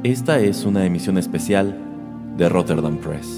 Esta es una emisión especial de Rotterdam Press.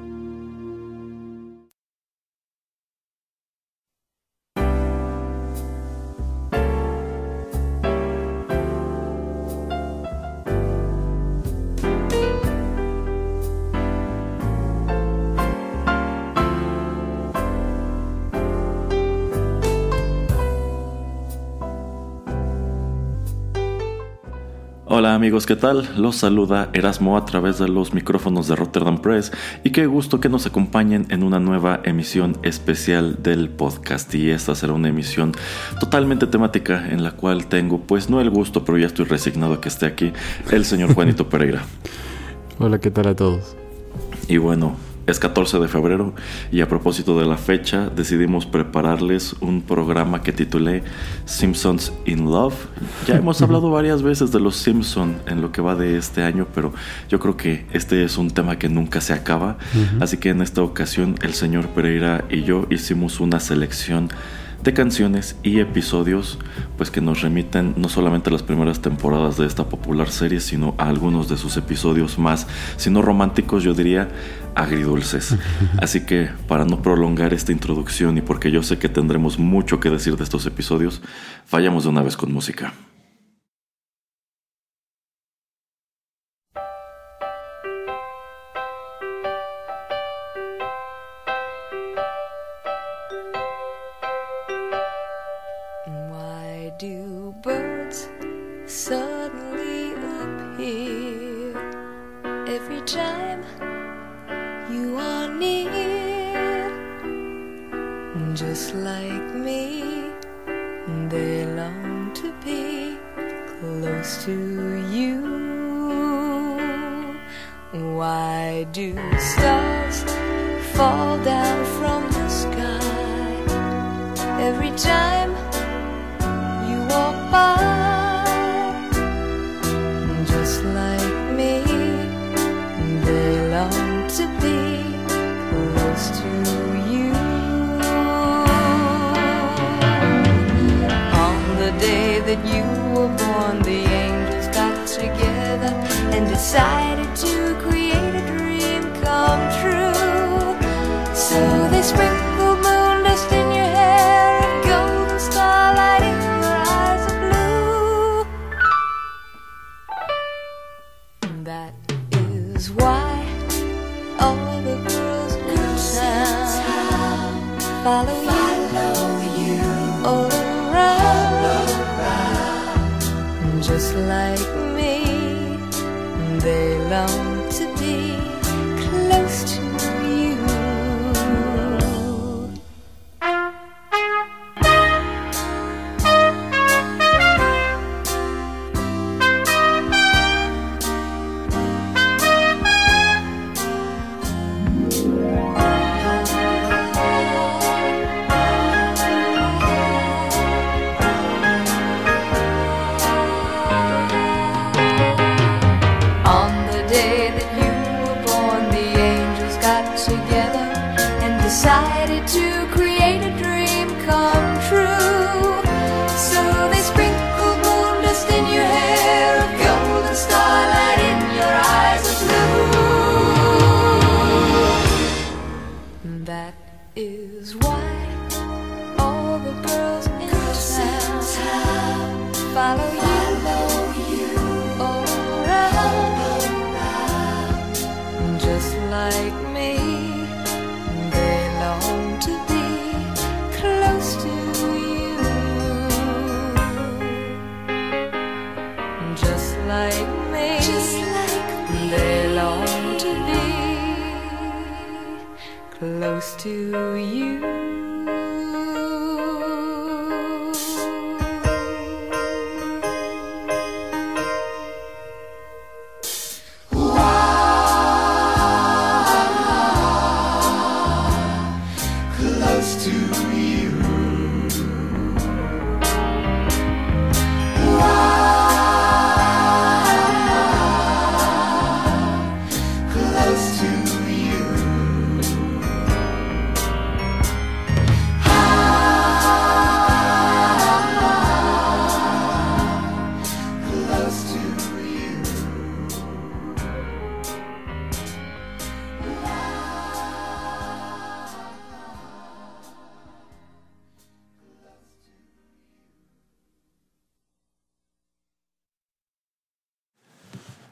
Hola amigos, ¿qué tal? Los saluda Erasmo a través de los micrófonos de Rotterdam Press y qué gusto que nos acompañen en una nueva emisión especial del podcast. Y esta será una emisión totalmente temática en la cual tengo, pues no el gusto, pero ya estoy resignado a que esté aquí, el señor Juanito Pereira. Hola, ¿qué tal a todos? Y bueno, es 14 de febrero y a propósito de la fecha decidimos prepararles un programa que titulé Simpsons in Love. Ya hemos hablado varias veces de los Simpsons en lo que va de este año, pero yo creo que este es un tema que nunca se acaba. Así que en esta ocasión el señor Pereira y yo hicimos una selección de canciones y episodios pues que nos remiten no solamente a las primeras temporadas de esta popular serie, sino a algunos de sus episodios más, si no románticos, yo diría agridulces. Así que para no prolongar esta introducción y porque yo sé que tendremos mucho que decir de estos episodios, vayamos de una vez con música. Why do birds suddenly appear every time you are near? Just like me, they long to be close to you. Why do stars fall down from the sky every time you walk by? Just like me, they long to be close to you. On the day that you were born, the angels got together and decided to create a dream come true. So they sprinkled moon dust in your hair and golden starlight in your eyes of blue. That is why all the girls in town follow you all around. Just like me, they long to be close to you. On the day that you were born, the angels got together and decided to create a dream come true. So they sprinkled moon dust in your hair, a golden starlight in your eyes of blue. That is why all the girls in town follow you all around. Just like me, they long to be close to you. Just like me, they long to be close to you. Close to you. Close to you.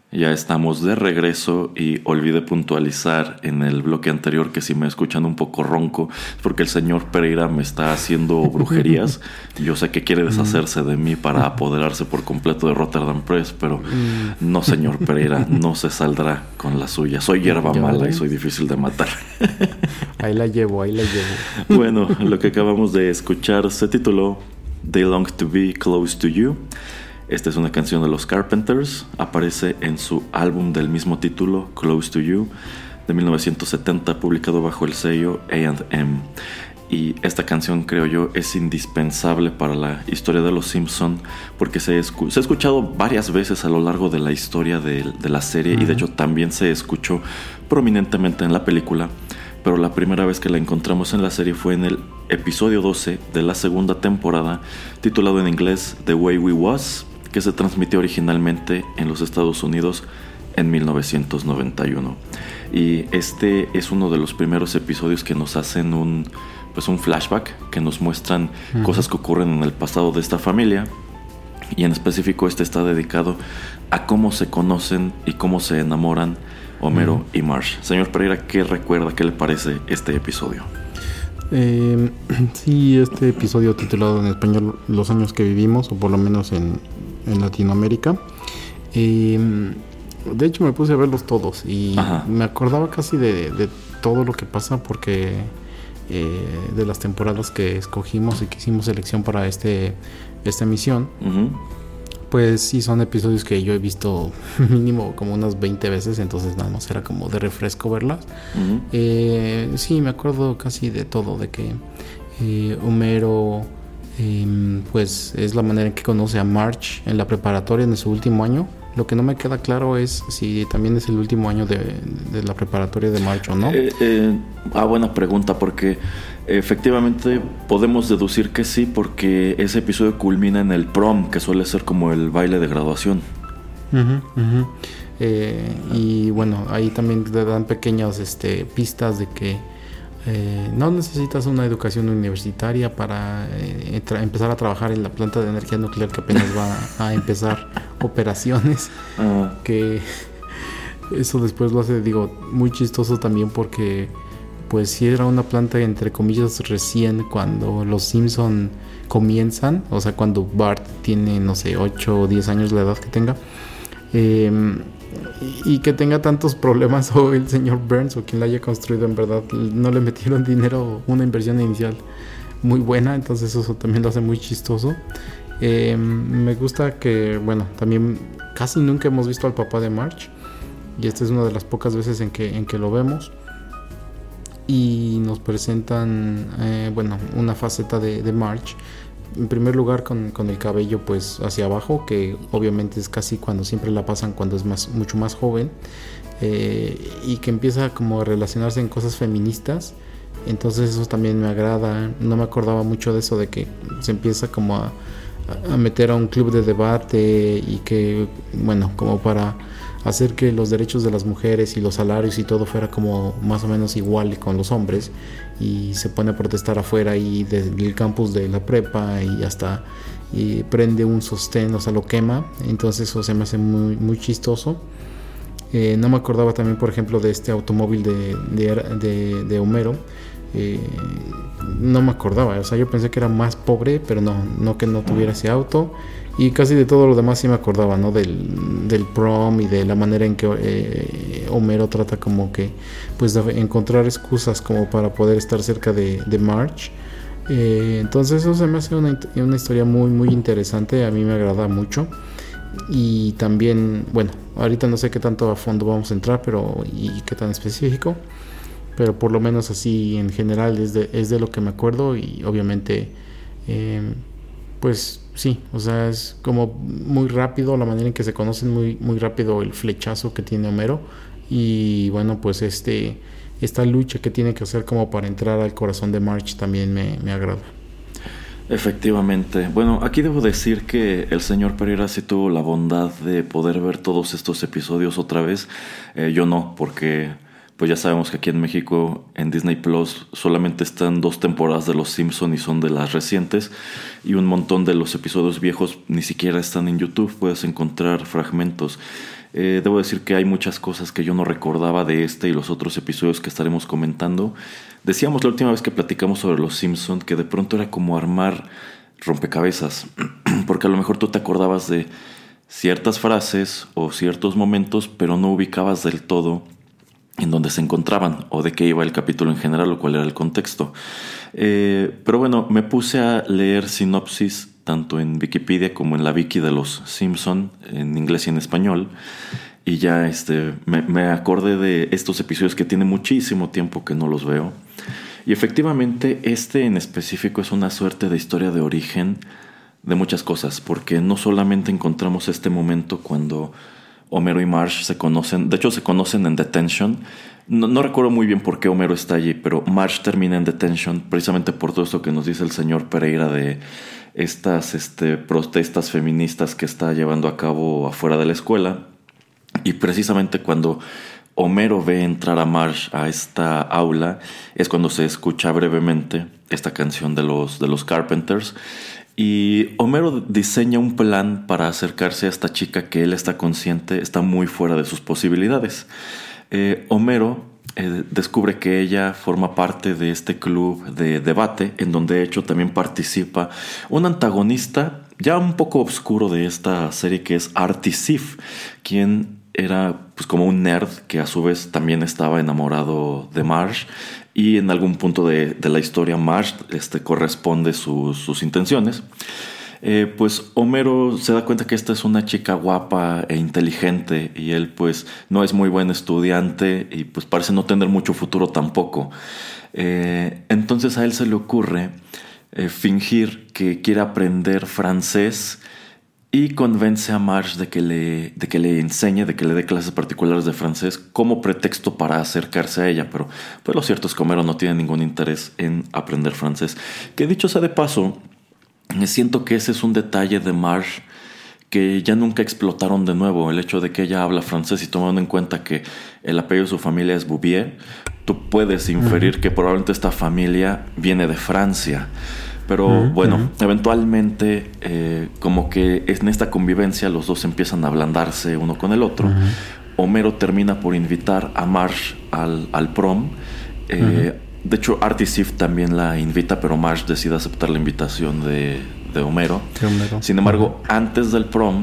Ya estamos de regreso y olvidé puntualizar en el bloque anterior que si me escuchan un poco ronco es porque el señor Pereira me está haciendo brujerías. Yo sé que quiere deshacerse de mí para apoderarse por completo de Rotterdam Press, pero no, señor Pereira, no se saldrá con la suya. Soy hierba mala y soy difícil de matar. Ahí la llevo. Bueno, lo que acabamos de escuchar se tituló They Long to Be Close to You. Esta es una canción de los Carpenters, aparece en su álbum del mismo título, Close to You, de 1970, publicado bajo el sello A&M. Y esta canción, creo yo, es indispensable para la historia de Los Simpson, porque se ha escuchado varias veces a lo largo de la historia de la serie, y de hecho también se escuchó prominentemente en la película, pero la primera vez que la encontramos en la serie fue en el episodio 12 de la segunda temporada, titulado en inglés The Way We Was, que se transmitió originalmente en los Estados Unidos en 1991. Y este es uno de los primeros episodios que nos hacen un flashback, que nos muestran cosas que ocurren en el pasado de esta familia, y en específico este está dedicado a cómo se conocen y cómo se enamoran Homero y Marge. Señor Pereira, ¿qué recuerda? ¿Qué le parece este episodio? Sí, este episodio titulado en español Los años que vivimos, o por lo menos en Latinoamérica. De hecho me puse a verlos todos y me acordaba casi de todo lo que pasa, porque de las temporadas que escogimos y que hicimos selección para esta emisión, pues sí son episodios que yo he visto mínimo como unas 20 veces, entonces nada más era como de refresco verlas. Sí, me acuerdo casi de todo, de que Homero pues es la manera en que conoce a Marge en la preparatoria en su último año. Lo que no me queda claro es si también es el último año de la preparatoria de Marge o no. Buena pregunta, porque efectivamente podemos deducir que sí, porque ese episodio culmina en el prom, que suele ser como el baile de graduación. Y bueno, ahí también te dan pequeñas pistas de que no necesitas una educación universitaria para empezar a trabajar en la planta de energía nuclear que apenas va a empezar operaciones. Que eso después lo hace, muy chistoso también, porque pues sí era una planta entre comillas recién cuando los Simpson comienzan, o sea, cuando Bart tiene, no sé, 8 o 10 años, la edad que tenga, y que tenga tantos problemas, o el señor Burns o quien la haya construido, en verdad no le metieron dinero, una inversión inicial muy buena, entonces eso también lo hace muy chistoso. Me gusta que, bueno, también casi nunca hemos visto al papá de Marge, y esta es una de las pocas veces en que lo vemos, y nos presentan una faceta de Marge. En primer lugar con el cabello pues hacia abajo, que obviamente es casi cuando siempre la pasan cuando es mucho más joven, y que empieza como a relacionarse en cosas feministas. Entonces eso también me agrada. No me acordaba mucho de eso, de que se empieza como a meter a un club de debate, y que, bueno, como para hacer que los derechos de las mujeres y los salarios y todo fuera como más o menos igual con los hombres, y se pone a protestar afuera y del campus de la prepa, y prende un sostén, o sea, lo quema. Entonces eso se me hace muy, muy chistoso. No me acordaba también, por ejemplo, de este automóvil de Homero. No me acordaba, o sea, yo pensé que era más pobre, pero no que no tuviera ese auto. Y casi de todo lo demás sí me acordaba, ¿no? Del prom, y de la manera en que Homero trata como que pues de encontrar excusas como para poder estar cerca de Marge. Entonces eso se me hace una historia muy, muy interesante. A mí me agrada mucho. Y también, bueno, ahorita no sé qué tanto a fondo vamos a entrar, y qué tan específico, pero por lo menos así en general es de lo que me acuerdo. Y obviamente pues sí, o sea, es como muy rápido la manera en que se conocen, muy, muy rápido el flechazo que tiene Homero, y bueno, pues esta lucha que tiene que hacer como para entrar al corazón de Marge también me agrada. Efectivamente. Bueno, aquí debo decir que el señor Pereira sí tuvo la bondad de poder ver todos estos episodios otra vez. Yo no, porque pues ya sabemos que aquí en México, en Disney Plus, solamente están 2 temporadas de Los Simpson y son de las recientes. Y un montón de los episodios viejos ni siquiera están en YouTube, puedes encontrar fragmentos. Debo decir que hay muchas cosas que yo no recordaba de este y los otros episodios que estaremos comentando. Decíamos la última vez que platicamos sobre Los Simpson que de pronto era como armar rompecabezas, porque a lo mejor tú te acordabas de ciertas frases o ciertos momentos, pero no ubicabas del todo en dónde se encontraban o de qué iba el capítulo en general o cuál era el contexto. Pero bueno, me puse a leer sinopsis tanto en Wikipedia como en la wiki de Los Simpson, en inglés y en español, y ya me acordé de estos episodios que tiene muchísimo tiempo que no los veo. Y efectivamente en específico es una suerte de historia de origen de muchas cosas, porque no solamente encontramos este momento cuando Homero y Marge se conocen, de hecho se conocen en detention. No recuerdo muy bien por qué Homero está allí, pero Marge termina en detention precisamente por todo esto que nos dice el señor Pereira de estas protestas feministas que está llevando a cabo afuera de la escuela. Y precisamente cuando Homero ve entrar a Marge a esta aula es cuando se escucha brevemente esta canción de los Carpenters. Y Homero diseña un plan para acercarse a esta chica que él está consciente está muy fuera de sus posibilidades. Homero descubre que ella forma parte de este club de debate en donde de hecho también participa un antagonista ya un poco oscuro de esta serie que es Artie Ziff, quien era pues como un nerd que a su vez también estaba enamorado de Marge. Y en algún punto de la historia Marge corresponde sus intenciones. Pues Homero se da cuenta que esta es una chica guapa e inteligente y él pues no es muy buen estudiante y pues parece no tener mucho futuro tampoco. Entonces a él se le ocurre fingir que quiere aprender francés y convence a Marge de que le enseñe, de que le dé clases particulares de francés como pretexto para acercarse a ella. Pero pues lo cierto es que Homero no tiene ningún interés en aprender francés. Que dicho sea de paso, siento que ese es un detalle de Marge que ya nunca explotaron de nuevo. El hecho de que ella habla francés y tomando en cuenta que el apellido de su familia es Bouvier, tú puedes inferir que probablemente esta familia viene de Francia. Pero bueno, eventualmente como que en esta convivencia los dos empiezan a ablandarse uno con el otro. Homero termina por invitar a Marge al prom. De hecho, Artie Ziff también la invita, pero Marge decide aceptar la invitación de Homero. Sin embargo, antes del prom,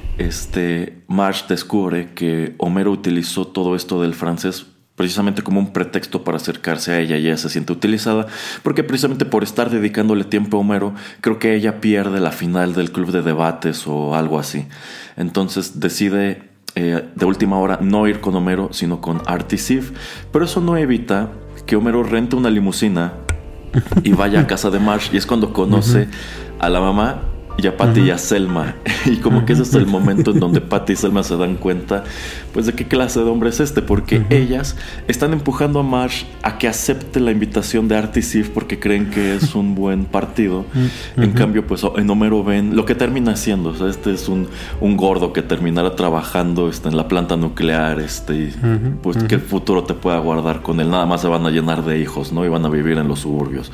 Marge descubre que Homero utilizó todo esto del francés precisamente como un pretexto para acercarse a ella y ella se siente utilizada porque precisamente por estar dedicándole tiempo a Homero creo que ella pierde la final del club de debates o algo así. Entonces decide de última hora no ir con Homero sino con Artie Ziff, pero eso no evita que Homero rente una limusina y vaya a casa de Marge y es cuando conoce a la mamá y a Patty y a Selma. Y como que ese es el momento en donde Patty y Selma se dan cuenta pues de qué clase de hombre es porque ellas están empujando a Marge a que acepte la invitación de Artie Ziff porque creen que es un buen partido. En cambio pues en Homero ven lo que termina siendo, o sea, es un gordo que terminará trabajando en la planta nuclear y pues qué futuro te puede aguardar con él. Nada más se van a llenar de hijos, ¿no? Y van a vivir en los suburbios.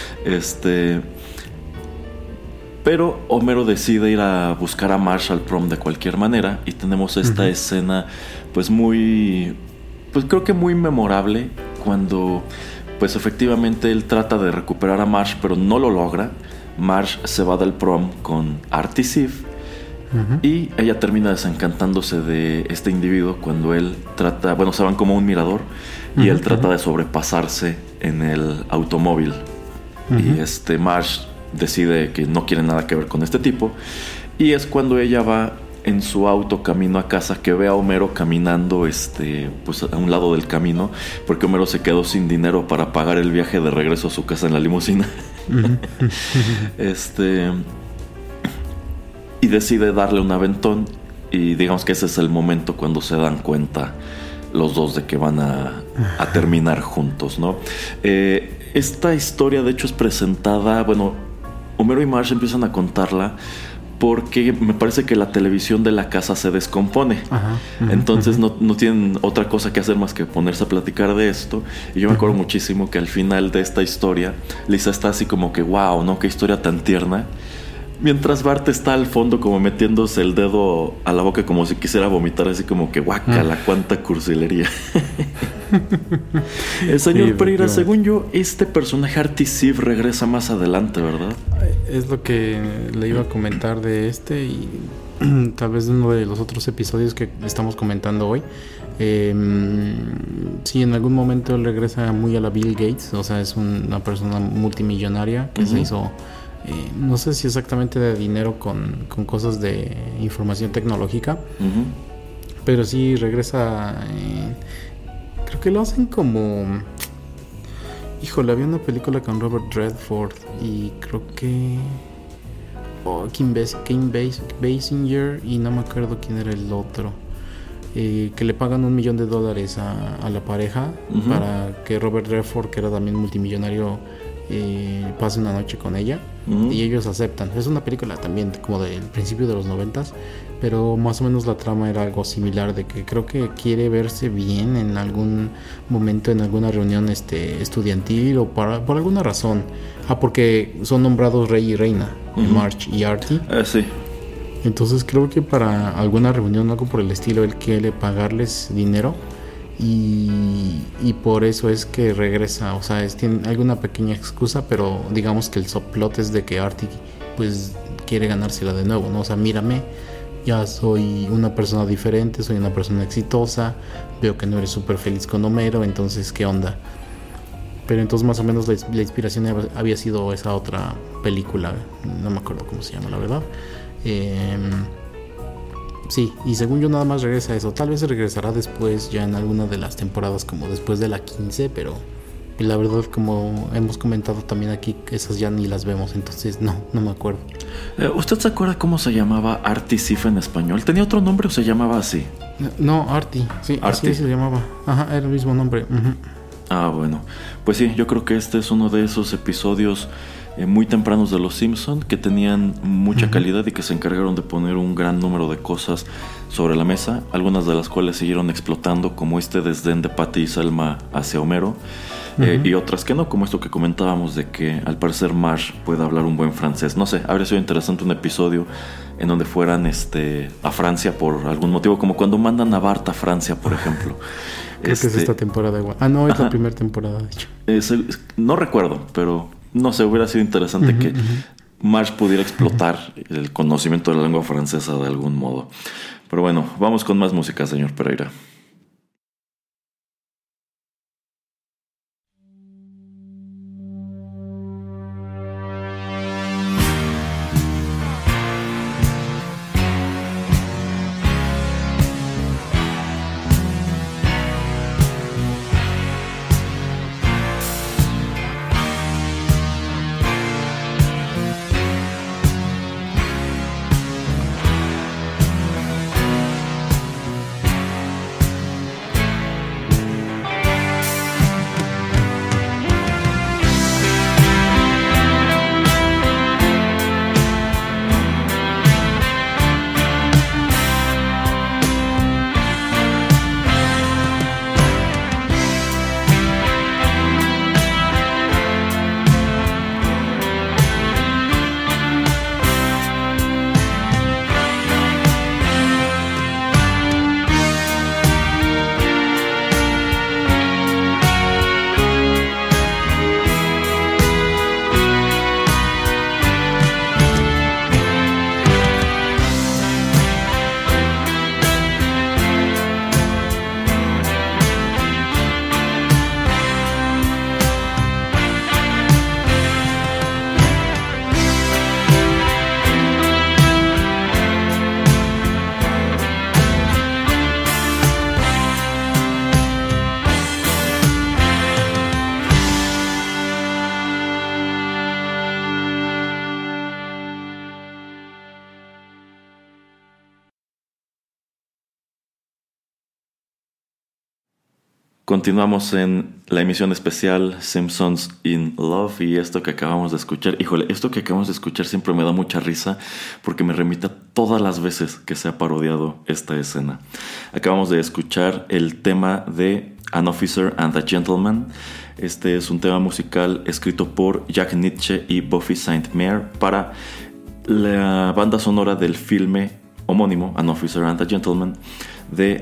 Pero Homero decide ir a buscar a Marge al prom de cualquier manera y tenemos esta escena pues creo que muy memorable cuando pues efectivamente él trata de recuperar a Marge pero no lo logra. Marge se va del prom con Artie Ziff y ella termina desencantándose de este individuo cuando él se van como a un mirador y él trata de sobrepasarse en el automóvil y Marge decide que no quiere nada que ver con este tipo y es cuando ella va en su auto camino a casa que ve a Homero caminando pues a un lado del camino porque Homero se quedó sin dinero para pagar el viaje de regreso a su casa en la limusina. Y decide darle un aventón y digamos que ese es el momento cuando se dan cuenta los dos de que van a terminar juntos, ¿no? Esta historia de hecho es presentada, Homero y Marge empiezan a contarla porque me parece que la televisión de la casa se descompone. Ajá. Entonces no tienen otra cosa que hacer más que ponerse a platicar de esto. Y yo me acuerdo muchísimo que al final de esta historia Lisa está así como que wow, ¿no? Qué historia tan tierna. Mientras Bart está al fondo como metiéndose el dedo a la boca como si quisiera vomitar, así como que guácala, cuánta cursilería. Señor Pereira, según yo, este personaje Artie Ziff regresa más adelante, ¿verdad? Es lo que le iba a comentar de este y tal vez de uno de los otros episodios que estamos comentando hoy. Sí, en algún momento él regresa muy a la Bill Gates, o sea, es una persona multimillonaria que se hizo... no sé si exactamente de dinero con cosas de información tecnológica, pero sí regresa. Creo que lo hacen como. Híjole, había una película con Robert Redford y creo que. Kim Basinger y no me acuerdo quién era el otro. Que le pagan $1 millón a la pareja para que Robert Redford, que era también multimillonario, pase una noche con ella. Y ellos aceptan. Es una película también como del principio de los 90s, pero más o menos la trama era algo similar, de que creo que quiere verse bien en algún momento en alguna reunión estudiantil o por alguna razón. Porque son nombrados rey y reina, Marge y Artie. Sí. Entonces creo que para alguna reunión o algo por el estilo él quiere pagarles dinero. Y por eso es que regresa, o sea, tiene alguna pequeña excusa, pero digamos que el subplot es de que Artie pues quiere ganársela de nuevo, ¿no? O sea, mírame, ya soy una persona diferente, soy una persona exitosa, veo que no eres súper feliz con Homero, entonces ¿qué onda? Pero entonces más o menos la inspiración había sido esa otra película, no me acuerdo cómo se llama, la verdad. Sí, y según yo nada más regresa a eso. Tal vez regresará después, ya en alguna de las temporadas, como después de la 15, pero la verdad, como hemos comentado también aquí, esas ya ni las vemos, entonces no me acuerdo. ¿Usted se acuerda cómo se llamaba Artie Ziff en español? ¿Tenía otro nombre o se llamaba así? No, Artie, sí, Artie. así se llamaba. Ajá, era el mismo nombre. Ah, bueno. Pues sí, yo creo que este es uno de esos episodios muy tempranos de Los Simpson que tenían mucha calidad y que se encargaron de poner un gran número de cosas sobre la mesa, algunas de las cuales siguieron explotando, como este desdén de Patty y Selma hacia Homero, y otras que no, como esto que comentábamos de que al parecer Marge puede hablar un buen francés. No sé, habría sido interesante un episodio en donde fueran a Francia por algún motivo, como cuando mandan a Bart a Francia, por ejemplo. Creo que es esta temporada igual. Ah, no, es la primera temporada, de hecho. No recuerdo, pero no sé, hubiera sido interesante que Marge pudiera explotar el conocimiento de la lengua francesa de algún modo. Pero bueno, vamos con más música, señor Pereira. Continuamos en la emisión especial Simpsons in Love y esto que acabamos de escuchar, híjole, esto que acabamos de escuchar siempre me da mucha risa porque me remite a todas las veces que se ha parodiado esta escena. Acabamos de escuchar el tema de An Officer and a Gentleman. Este es un tema musical escrito por Jack Nitzsche y Buffy Sainte-Mère para la banda sonora del filme homónimo An Officer and a Gentleman de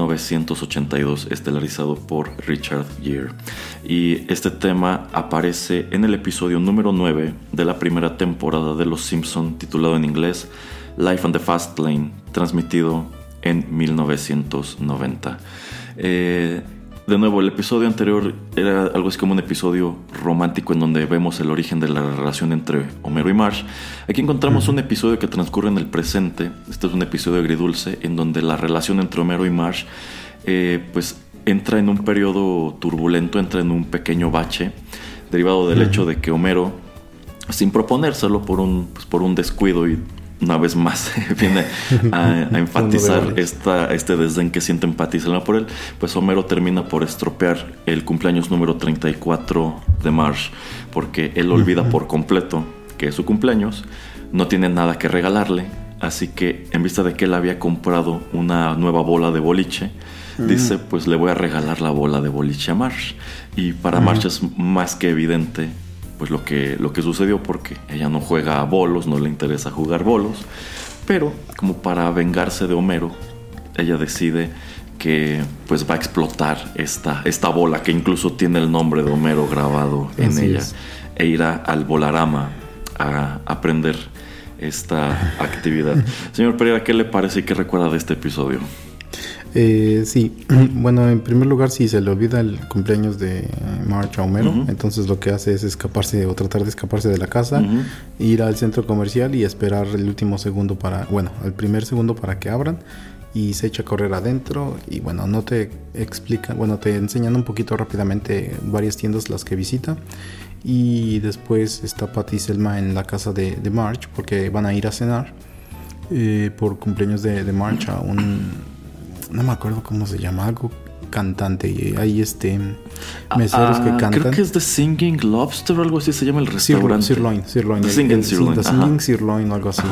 1982, estelarizado por Richard Gere. Y este tema aparece en el episodio número 9 de la primera temporada de Los Simpson, titulado en inglés Life on the Fast Lane, transmitido en 1990. De nuevo, el episodio anterior era algo así como un episodio romántico en donde vemos el origen de la relación entre Homero y Marge. Aquí encontramos un episodio que transcurre en el presente. Este es un episodio agridulce en donde la relación entre Homero y Marge pues entra en un periodo turbulento, entra en un pequeño bache, derivado del hecho de que Homero, sin proponérselo por un descuido, y una vez más viene a enfatizar este desdén que siente empatizar por él, pues Homero termina por estropear el cumpleaños número 34 de Marge, porque él olvida por completo que es su cumpleaños, no tiene nada que regalarle, así que en vista de que él había comprado una nueva bola de boliche, dice, pues le voy a regalar la bola de boliche a Marge. Y para Marge es más que evidente pues lo que sucedió, porque ella no juega a bolos, no le interesa jugar bolos, pero como para vengarse de Homero, ella decide que pues va a explotar esta bola que incluso tiene el nombre de Homero grabado en ella, e irá al Bolarama a aprender esta actividad. Señor Pereira, ¿qué le parece y qué recuerda de este episodio? Sí, bueno, en primer lugar, sí, se le olvida el cumpleaños de Marge a Homero. Entonces lo que hace es escaparse o tratar de escaparse de la casa, ir al centro comercial y esperar el último segundo el primer segundo para que abran, y se echa a correr adentro. Y bueno, no te explican, te enseñan un poquito rápidamente varias tiendas las que visita. Y después está Patty y Selma en la casa de Marge porque van a ir a cenar por cumpleaños de Marge a no me acuerdo cómo se llama, algo cantante, y hay meseros que cantan. Creo que es The Singing Lobster o algo así se llama el restaurante. Sirloin. The Singing Sirloin. The Singing Sirloin o algo así.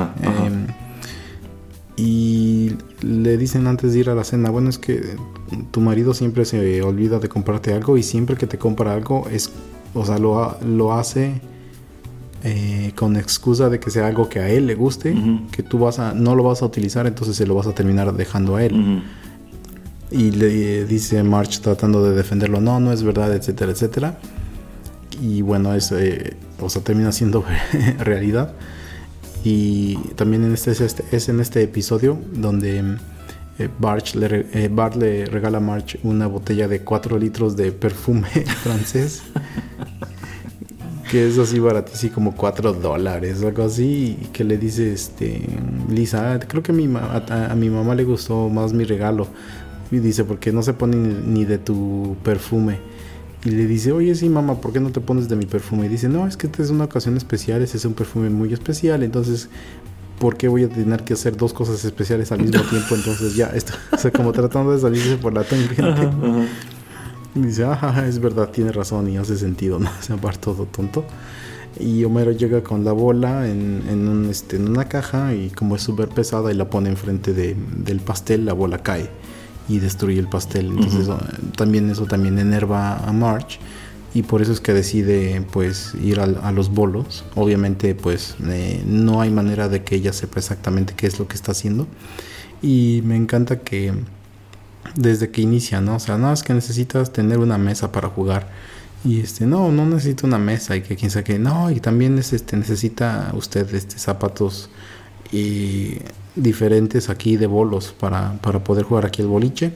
Y le dicen antes de ir a la cena, bueno, es que tu marido siempre se olvida de comprarte algo, y siempre que te compra algo lo hace con excusa de que sea algo que a él le guste, que tú no lo vas a utilizar, entonces se lo vas a terminar dejando a él. Y le dice Marge tratando de defenderlo, no es verdad, etcétera, etcétera. Y bueno, termina siendo realidad. Y también es en este episodio donde Bart le regala a Marge una botella de 4 litros de perfume francés. Que es así baratísimo, como $4, algo así, y que le dice Lisa, creo que a mi mamá le gustó más mi regalo, y dice, porque no se pone ni de tu perfume. Y le dice, oye, sí, mamá, ¿por qué no te pones de mi perfume? Y dice, no, es que esta es una ocasión especial, ese es un perfume muy especial, entonces ¿por qué voy a tener que hacer 2 cosas especiales al mismo tiempo? Entonces ya, como tratando de salirse por la tangente. Y dice, es verdad, tiene razón, y hace sentido, ¿no? Se va todo tonto. Y Homero llega con la bola en una caja, y como es súper pesada y la pone enfrente del pastel, la bola cae y destruye el pastel. Entonces eso también enerva a Marge, y por eso es que decide pues ir a los bolos. Obviamente pues no hay manera de que ella sepa exactamente qué es lo que está haciendo, y me encanta que desde que inicia, ¿no? O sea, no, es que necesitas tener una mesa para jugar, y no necesito una mesa, y que quién sabe qué, no, y también necesita usted zapatos diferentes aquí de bolos para poder jugar aquí el boliche,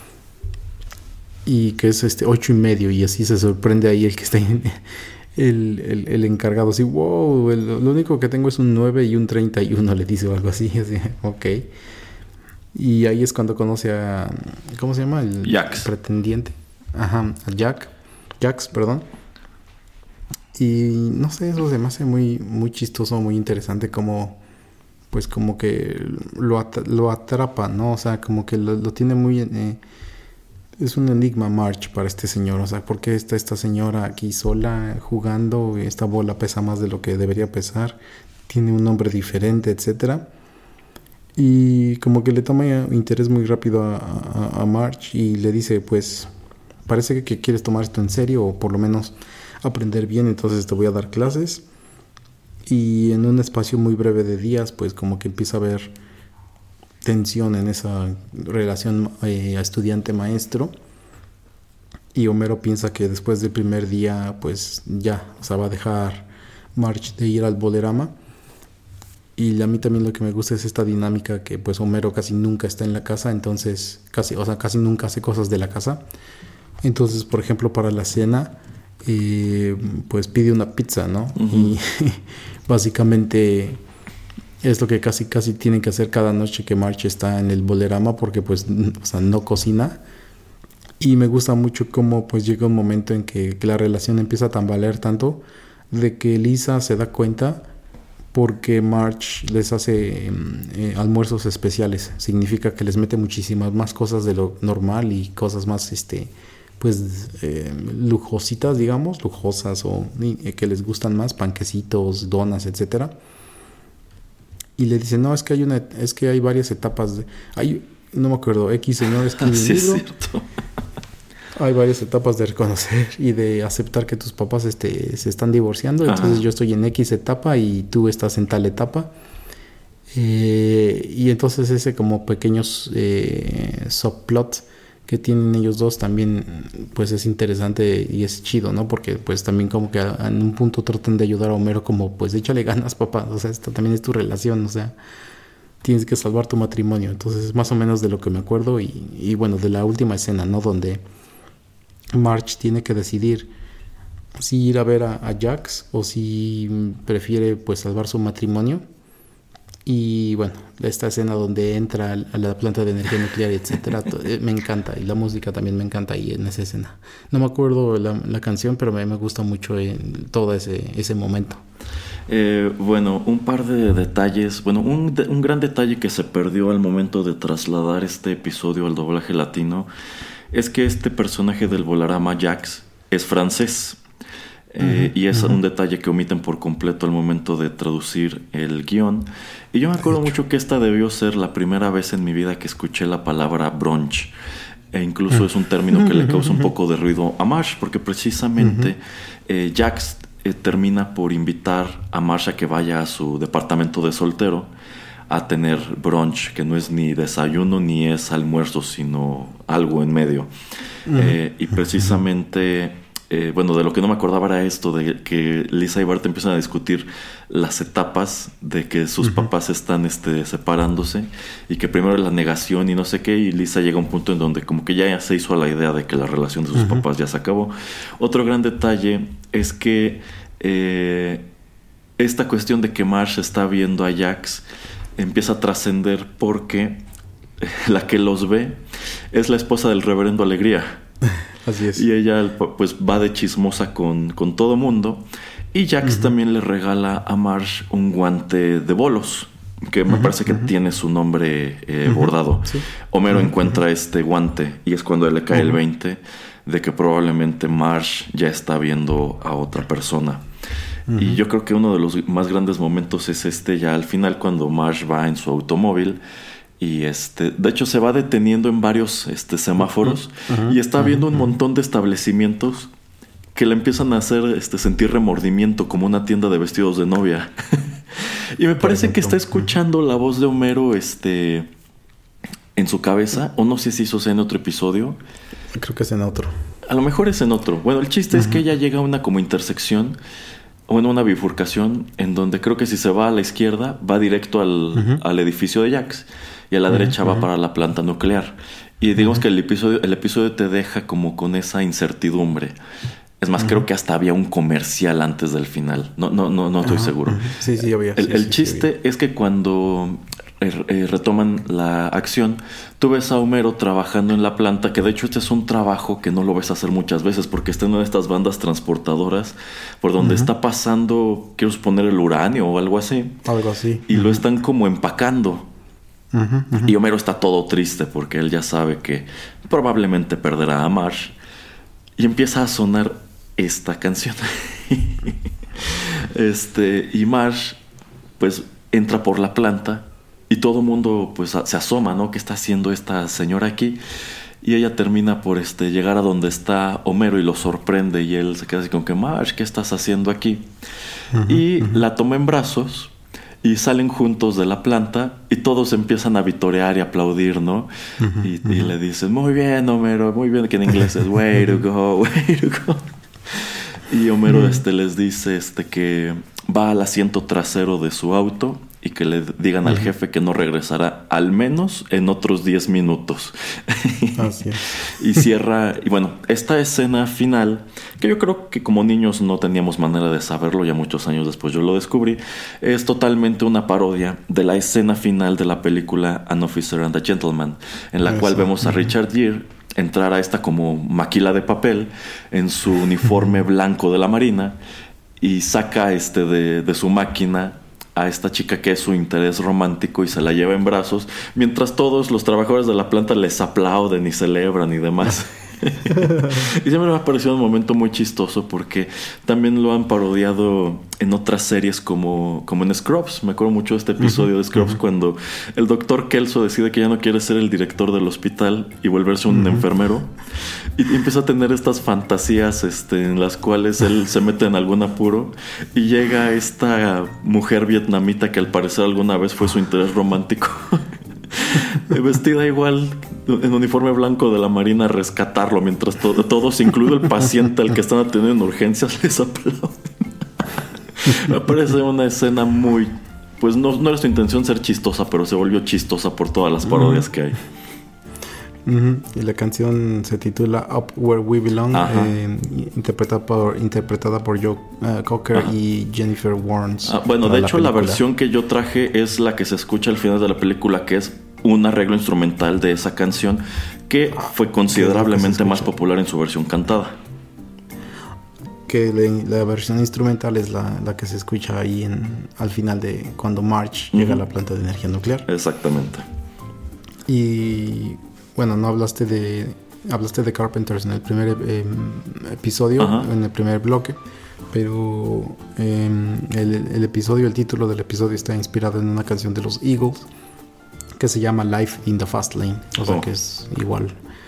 y que es 8.5, y así se sorprende ahí el que está ahí, el encargado, así, wow, lo único que tengo es un 9 y un 31, le dice, o algo así, ok. Y ahí es cuando conoce a, ¿cómo se llama? El pretendiente. A Jax, perdón. Y no sé, eso se me hace muy, muy chistoso, muy interesante, como que lo atrapa, ¿no? O sea, como que lo tiene muy es un enigma Marge para este señor. O sea, ¿por qué está esta señora aquí sola jugando? Esta bola pesa más de lo que debería pesar. Tiene un nombre diferente, etcétera. Y como que le toma interés muy rápido a Marge y le dice, pues, parece que quieres tomar esto en serio o por lo menos aprender bien, entonces te voy a dar clases. Y en un espacio muy breve de días, pues como que empieza a haber tensión en esa relación estudiante-maestro. Y Homero piensa que después del primer día, pues ya, o sea, va a dejar Marge de ir al bolerama. Y a mí también lo que me gusta es esta dinámica que pues Homero casi nunca está en la casa, entonces casi nunca hace cosas de la casa. Entonces, por ejemplo, para la cena, pues pide una pizza, ¿no? Uh-huh. Y básicamente es lo que casi tienen que hacer cada noche que Marge está en el bolerama, porque pues, o sea, no cocina. Y me gusta mucho cómo pues llega un momento en que la relación empieza a tambalear tanto de que Lisa se da cuenta porque Marge les hace almuerzos especiales. Significa que les mete muchísimas más cosas de lo normal y cosas más lujositas, digamos, lujosas o que les gustan más, panquecitos, donas, etcétera. Y le dice, no, es que hay varias etapas no me acuerdo, X señor escribe un libro. Es cierto. Hay varias etapas de reconocer y de aceptar que tus papás se están divorciando. Ajá. Entonces yo estoy en X etapa y tú estás en tal etapa. Y entonces ese como pequeños subplot que tienen ellos dos también pues es interesante y es chido, ¿no? Porque pues también como que en un punto tratan de ayudar a Homero como pues échale ganas, papá. O sea, esto también es tu relación, o sea, tienes que salvar tu matrimonio. Entonces es más o menos de lo que me acuerdo y bueno, de la última escena, ¿no? Donde Marge tiene que decidir si ir a ver a Jax o si prefiere pues salvar su matrimonio. Y bueno, esta escena donde entra a la planta de energía nuclear, etcétera, me encanta, y la música también me encanta ahí en esa escena. No me acuerdo la canción, pero me gusta mucho todo ese momento. Bueno, un par de detalles. Bueno, un gran detalle que se perdió al momento de trasladar este episodio al doblaje latino es que este personaje del bolerama, Jax, es francés. Y es un detalle que omiten por completo al momento de traducir el guión. Y yo me acuerdo mucho que esta debió ser la primera vez en mi vida que escuché la palabra brunch. E incluso es un término que le causa un poco de ruido a Marge, porque precisamente Jax termina por invitar a Marge a que vaya a su departamento de soltero a tener brunch, que no es ni desayuno ni es almuerzo, sino algo en medio. Y precisamente, bueno, de lo que no me acordaba era esto, de que Lisa y Bart empiezan a discutir las etapas de que sus papás están separándose, y que primero es la negación y no sé qué, y Lisa llega a un punto en donde como que ya se hizo a la idea de que la relación de sus papás ya se acabó. Otro gran detalle es que esta cuestión de que Marge está viendo a Jax empieza a trascender porque la que los ve es la esposa del reverendo Alegría. Así es. Y ella pues va de chismosa con todo mundo. Y Jax también le regala a Marge un guante de bolos, que me parece que tiene su nombre bordado. Sí. Homero encuentra este guante y es cuando le cae el 20 de que probablemente Marge ya está viendo a otra persona. Y yo creo que uno de los más grandes momentos es ya al final, cuando Marge va en su automóvil y de hecho se va deteniendo en varios semáforos y está viendo un montón de establecimientos que le empiezan a hacer sentir remordimiento, como una tienda de vestidos de novia. Y me parece que está escuchando la voz de Homero en su cabeza, o no sé si eso sea en otro episodio. Creo que es en otro. A lo mejor es en otro. Bueno, el chiste es que ella llega a una como intersección, o en una bifurcación, en donde creo que si se va a la izquierda va directo al edificio de Jax, y a la derecha va para la planta nuclear. Y digamos que el episodio te deja como con esa incertidumbre. Es más, creo que hasta había un comercial antes del final. No estoy seguro. Sí, había. El chiste es que cuando retoman la acción, tú ves a Homero trabajando en la planta, que de hecho este es un trabajo que no lo ves hacer muchas veces, porque está en una de estas bandas transportadoras por donde está pasando, quiero suponer, el uranio o algo así. Algo así. Y lo están como empacando. Y Homero está todo triste porque él ya sabe que probablemente perderá a Marge. Y empieza a sonar esta canción. Y Marge pues entra por la planta y todo el mundo pues se asoma, ¿no? ¿Qué está haciendo esta señora aquí? Y ella termina por llegar a donde está Homero y lo sorprende, y él se queda así como que, Marge, ¿qué estás haciendo aquí? Y la toma en brazos y salen juntos de la planta y todos empiezan a vitorear y aplaudir, ¿no? Y le dicen, muy bien, Homero, muy bien, que en inglés es way to go, way to go. Y Homero les dice que va al asiento trasero de su auto y que le digan al jefe que no regresará al menos en otros 10 minutos. Así es. Y cierra, y bueno, esta escena final, que yo creo que como niños no teníamos manera de saberlo, ya muchos años después yo lo descubrí, es totalmente una parodia de la escena final de la película An Officer and a Gentleman, en la cual vemos a Richard Gere entrar a esta como maquila de papel en su uniforme blanco de la Marina y saca de su máquina a esta chica que es su interés romántico y se la lleva en brazos, mientras todos los trabajadores de la planta les aplauden y celebran y demás. Y siempre me ha parecido un momento muy chistoso porque también lo han parodiado en otras series como en Scrubs. Me acuerdo mucho de este episodio de Scrubs cuando el doctor Kelso decide que ya no quiere ser el director del hospital y volverse un enfermero, y empieza a tener estas fantasías en las cuales él se mete en algún apuro y llega esta mujer vietnamita que al parecer alguna vez fue su interés romántico vestida igual en uniforme blanco de la Marina a rescatarlo, mientras todos, incluido el paciente al que están atendiendo en urgencias, les aplauden. Me parece una escena muy... Pues no era su intención ser chistosa, pero se volvió chistosa por todas las parodias que hay. Y la canción se titula Up Where We Belong, interpretada por Joe Cocker y Jennifer Warnes. Bueno, de hecho la versión que yo traje es la que se escucha al final de la película, que es un arreglo instrumental de esa canción que fue considerablemente más popular en su versión cantada. Que la versión instrumental es la que se escucha ahí al final de cuando Marge llega a la planta de energía nuclear. Exactamente. Y bueno, no hablaste de Carpenters en el primer episodio, en el primer bloque, pero el título del episodio está inspirado en una canción de los Eagles que se llama Life in the Fast Lane, o sea que es igual,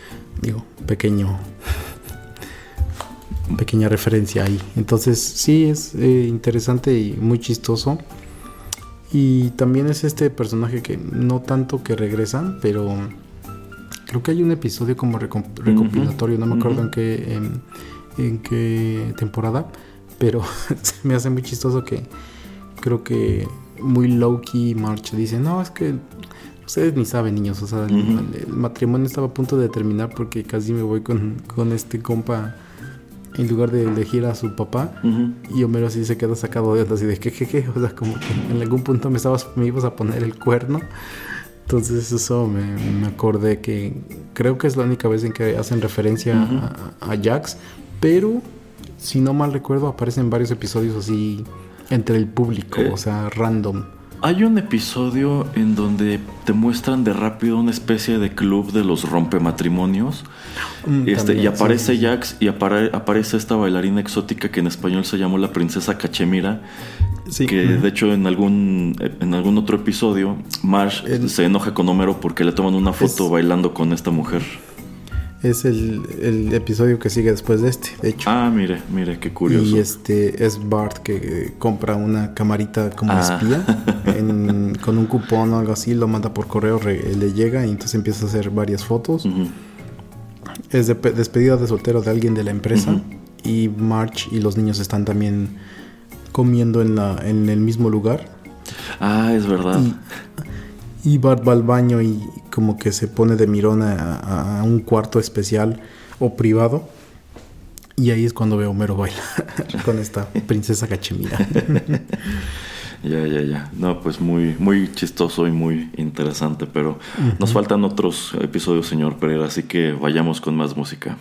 pequeña referencia ahí. Entonces sí, es interesante y muy chistoso. Y también es este personaje que no tanto que regresan, pero creo que hay un episodio como recopilatorio, no me acuerdo en qué temporada, pero se me hace muy chistoso que creo que muy low-key Marge dice, no, es que ustedes ni saben, niños, o sea, el matrimonio estaba a punto de terminar porque casi me voy con este compa en lugar de elegir a su papá. Y Homero así se queda sacado de onda, así de ¿qué? O sea, como que en algún punto me ibas a poner el cuerno. Entonces eso me acordé que creo que es la única vez en que hacen referencia a Jax, pero si no mal recuerdo aparecen varios episodios así entre el público, o sea, random. Hay un episodio en donde te muestran de rápido una especie de club de los rompematrimonios. Y aparece Jax y aparece esta bailarina exótica que en español se llamó la princesa Cachemira. Sí. Que de hecho en algún otro episodio Marge se enoja con Homero porque le toman una foto bailando con esta mujer. Es el episodio que sigue después de de hecho. Ah, mire, qué curioso. Y es Bart que compra una camarita como espía con un cupón o algo así, lo manda por correo, le llega y entonces empieza a hacer varias fotos. Es despedida de soltero de alguien de la empresa, y Marge y los niños están también comiendo en el mismo lugar. Ah, es verdad. Y Bart va al baño y como que se pone de mirón a un cuarto especial o privado. Y ahí es cuando veo a Homero bailar con esta princesa Cachemira. Ya. No, pues muy, muy chistoso y muy interesante. Pero nos faltan otros episodios, señor Pereira. Así que vayamos con más música.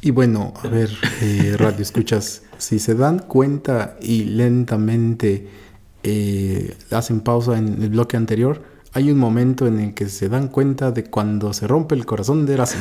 Y bueno, a ver, radio escuchas, si se dan cuenta y lentamente hacen pausa en el bloque anterior, hay un momento en el que se dan cuenta de cuando se rompe el corazón de Erasmo.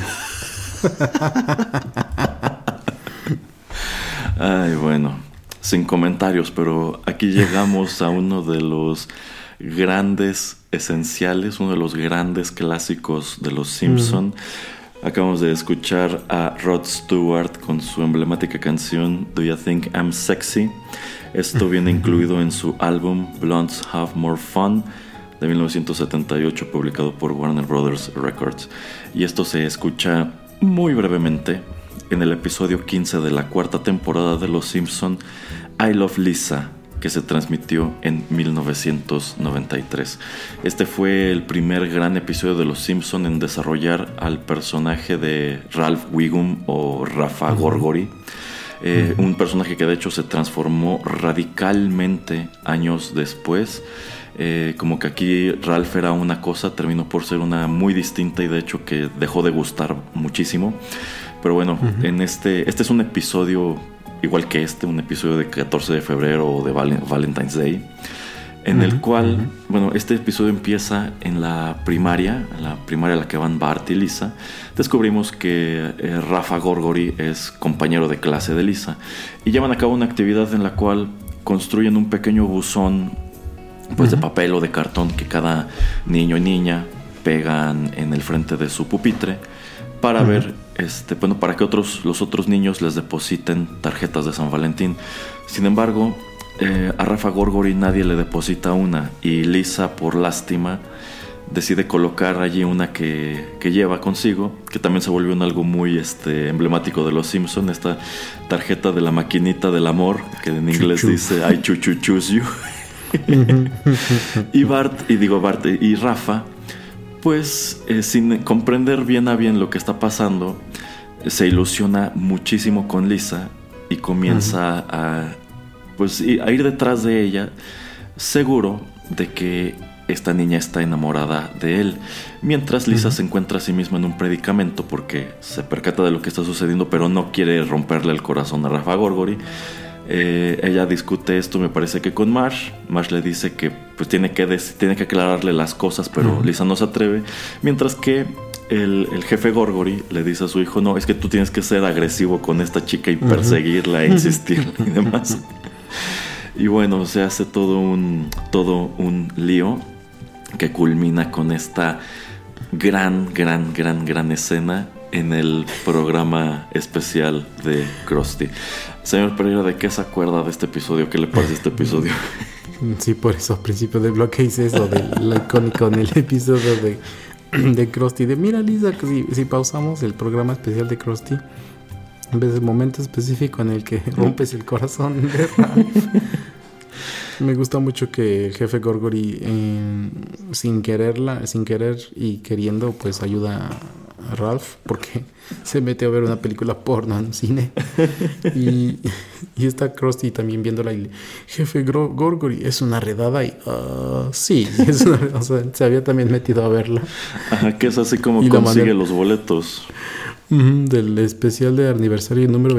Ay, bueno, sin comentarios, pero aquí llegamos a uno de los grandes esenciales, uno de los grandes clásicos de los Simpson. Acabamos de escuchar a Rod Stewart con su emblemática canción Do You Think I'm Sexy? Esto viene incluido en su álbum Blondes Have More Fun de 1978, publicado por Warner Brothers Records. Y esto se escucha muy brevemente en el episodio 15 de la cuarta temporada de Los Simpson, I Love Lisa, que se transmitió en 1993. Este fue el primer gran episodio de Los Simpson en desarrollar al personaje de Ralph Wiggum o Rafa Gorgori, un personaje que de hecho se transformó radicalmente años después. Como que aquí Ralph era una cosa, terminó por ser una muy distinta y de hecho que dejó de gustar muchísimo. Pero bueno, en este es un episodio igual que un episodio de 14 de febrero o de Valentine's Day, en el cual, bueno, este episodio empieza en la primaria a la que van Bart y Lisa. Descubrimos que Rafa Gorgori es compañero de clase de Lisa y llevan a cabo una actividad en la cual construyen un pequeño buzón, pues de papel o de cartón que cada niño y niña pegan en el frente de su pupitre para ver, para que los otros niños les depositen tarjetas de San Valentín. Sin embargo, a Rafa Gorgori nadie le deposita una y Lisa, por lástima, decide colocar allí una que lleva consigo, que también se volvió en algo muy emblemático de Los Simpson, esta tarjeta de la maquinita del amor, que en inglés dice I choose you. Y Bart y Rafa, pues sin comprender bien a bien lo que está pasando, se ilusiona muchísimo con Lisa y comienza a ir detrás de ella, seguro de que esta niña está enamorada de él. Mientras Lisa se encuentra a sí misma en un predicamento porque se percata de lo que está sucediendo, pero no quiere romperle el corazón a Rafa Gorgori. Ella discute esto, me parece que con Marge. Marge le dice que pues tiene que aclararle las cosas, pero Lisa no se atreve. Mientras que el jefe Gorgori le dice a su hijo: no, es que tú tienes que ser agresivo con esta chica y perseguirla e insistirla y demás. Y bueno, se hace todo un lío que culmina con esta gran escena en el programa especial de Krusty. Señor Pereira, ¿de qué se acuerda de este episodio? ¿Qué le parece este episodio? Sí, por eso al principio del bloque hice eso del icónico en el episodio de Krusty. Mira, Lisa, que si pausamos el programa especial de Krusty, en vez del momento específico en el que rompes el corazón de Ralph. Me gusta mucho que el jefe Gorgori, sin querer y queriendo, pues ayuda a Ralph porque se mete a ver una película porno en cine. y está Krusty también viéndola y jefe Gorgori, es una redada y sí, es una redada. O sea, se había también metido a verla. Ajá, que es así como y consigue los boletos del especial de aniversario número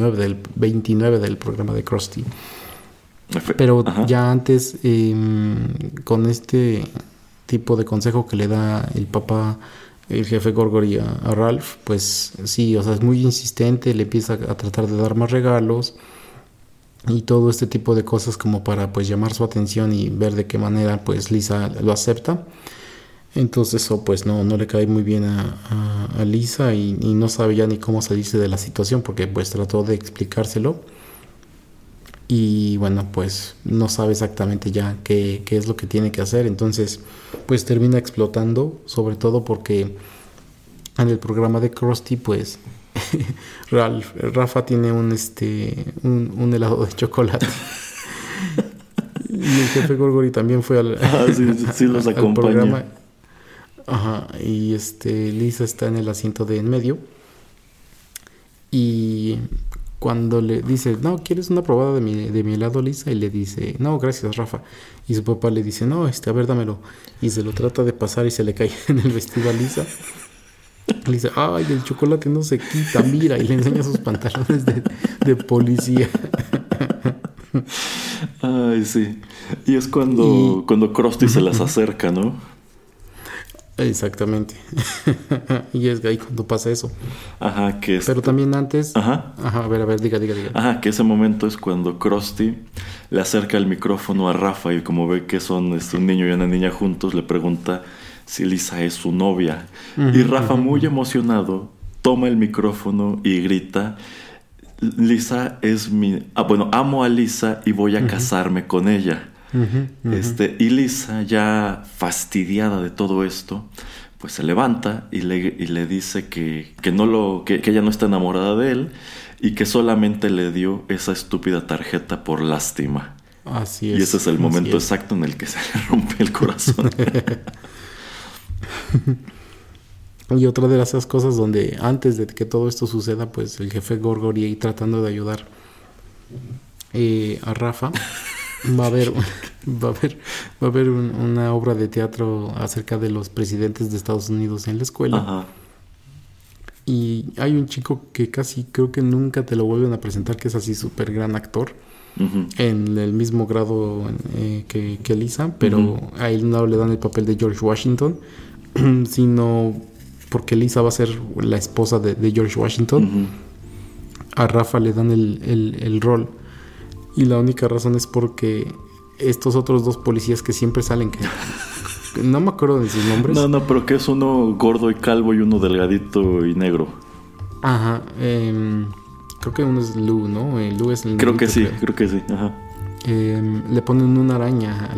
29 del programa de Krusty. Pero ya antes, con este tipo de consejo que le da el papá, el jefe Gorgori a Ralph, pues sí, o sea, es muy insistente, le empieza a tratar de dar más regalos y todo este tipo de cosas como para pues llamar su atención y ver de qué manera pues Lisa lo acepta. Entonces eso pues no le cae muy bien a Lisa y no sabe ya ni cómo salirse de la situación porque pues trató de explicárselo. Y bueno, pues no sabe exactamente ya qué es lo que tiene que hacer. Entonces, pues termina explotando, sobre todo porque en el programa de Krusty, pues Rafa tiene un helado de chocolate. Y el jefe Gorgori también fue al los acompaña. Programa. Ajá, y Lisa está en el asiento de en medio. Y cuando le dice, no, ¿quieres una probada de mi helado, Lisa? Y le dice, no, gracias, Rafa. Y su papá le dice, no, a ver, dámelo. Y se lo trata de pasar y se le cae en el vestido a Lisa. Le dice, ay, el chocolate no se quita, mira. Y le enseña sus pantalones de policía. Ay, sí. Y es cuando Krusty se las acerca, ¿no? Exactamente. Y es ahí cuando pasa eso. Ajá, que es... Pero también antes... Ajá. Ajá, a ver, diga. Ajá, que ese momento es cuando Krusty le acerca el micrófono a Rafa y como ve que son un niño y una niña juntos, le pregunta si Lisa es su novia. Y Rafa, muy emocionado, toma el micrófono y grita: Lisa es mi... amo a Lisa y voy a casarme con ella. Y Lisa, ya fastidiada de todo esto, pues se levanta y le dice que ella no está enamorada de él y que solamente le dio esa estúpida tarjeta por lástima. Así es. Y ese es el momento exacto en el que se le rompe el corazón. Y otra de esas cosas donde antes de que todo esto suceda, pues el jefe Gorgory ahí tratando de ayudar a Rafa, va a haber una obra de teatro acerca de los presidentes de Estados Unidos en la escuela. Ajá. Y hay un chico que casi creo que nunca te lo vuelven a presentar, que es así súper gran actor, en el mismo grado que Lisa, pero a él no le dan el papel de George Washington, sino porque Lisa va a ser la esposa de George Washington. A Rafa le dan el rol. Y la única razón es porque estos otros dos policías que siempre salen, que no me acuerdo de sus nombres. No, pero que es uno gordo y calvo y uno delgadito y negro. Ajá. Creo que uno es Lou, ¿no? Lou es el creo que sí. Ajá. Le ponen una araña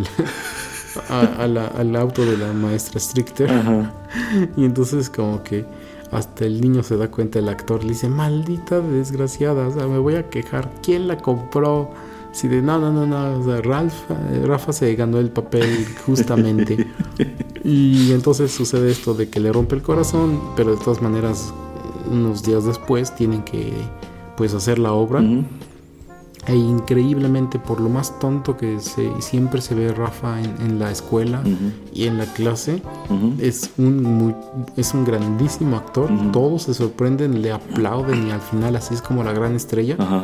al auto de la maestra Strichter. Ajá. Y entonces como que hasta el niño se da cuenta, el actor le dice: maldita desgraciada, o sea, me voy a quejar, ¿quién la compró? Así de no, o sea, Rafa se ganó el papel justamente. Y entonces sucede esto de que le rompe el corazón, pero de todas maneras unos días después tienen que pues hacer la obra. E increíblemente, por lo más tonto que siempre se ve Rafa en la escuela y en la clase, es un grandísimo actor. Todos se sorprenden, le aplauden y al final así es como la gran estrella. Ajá.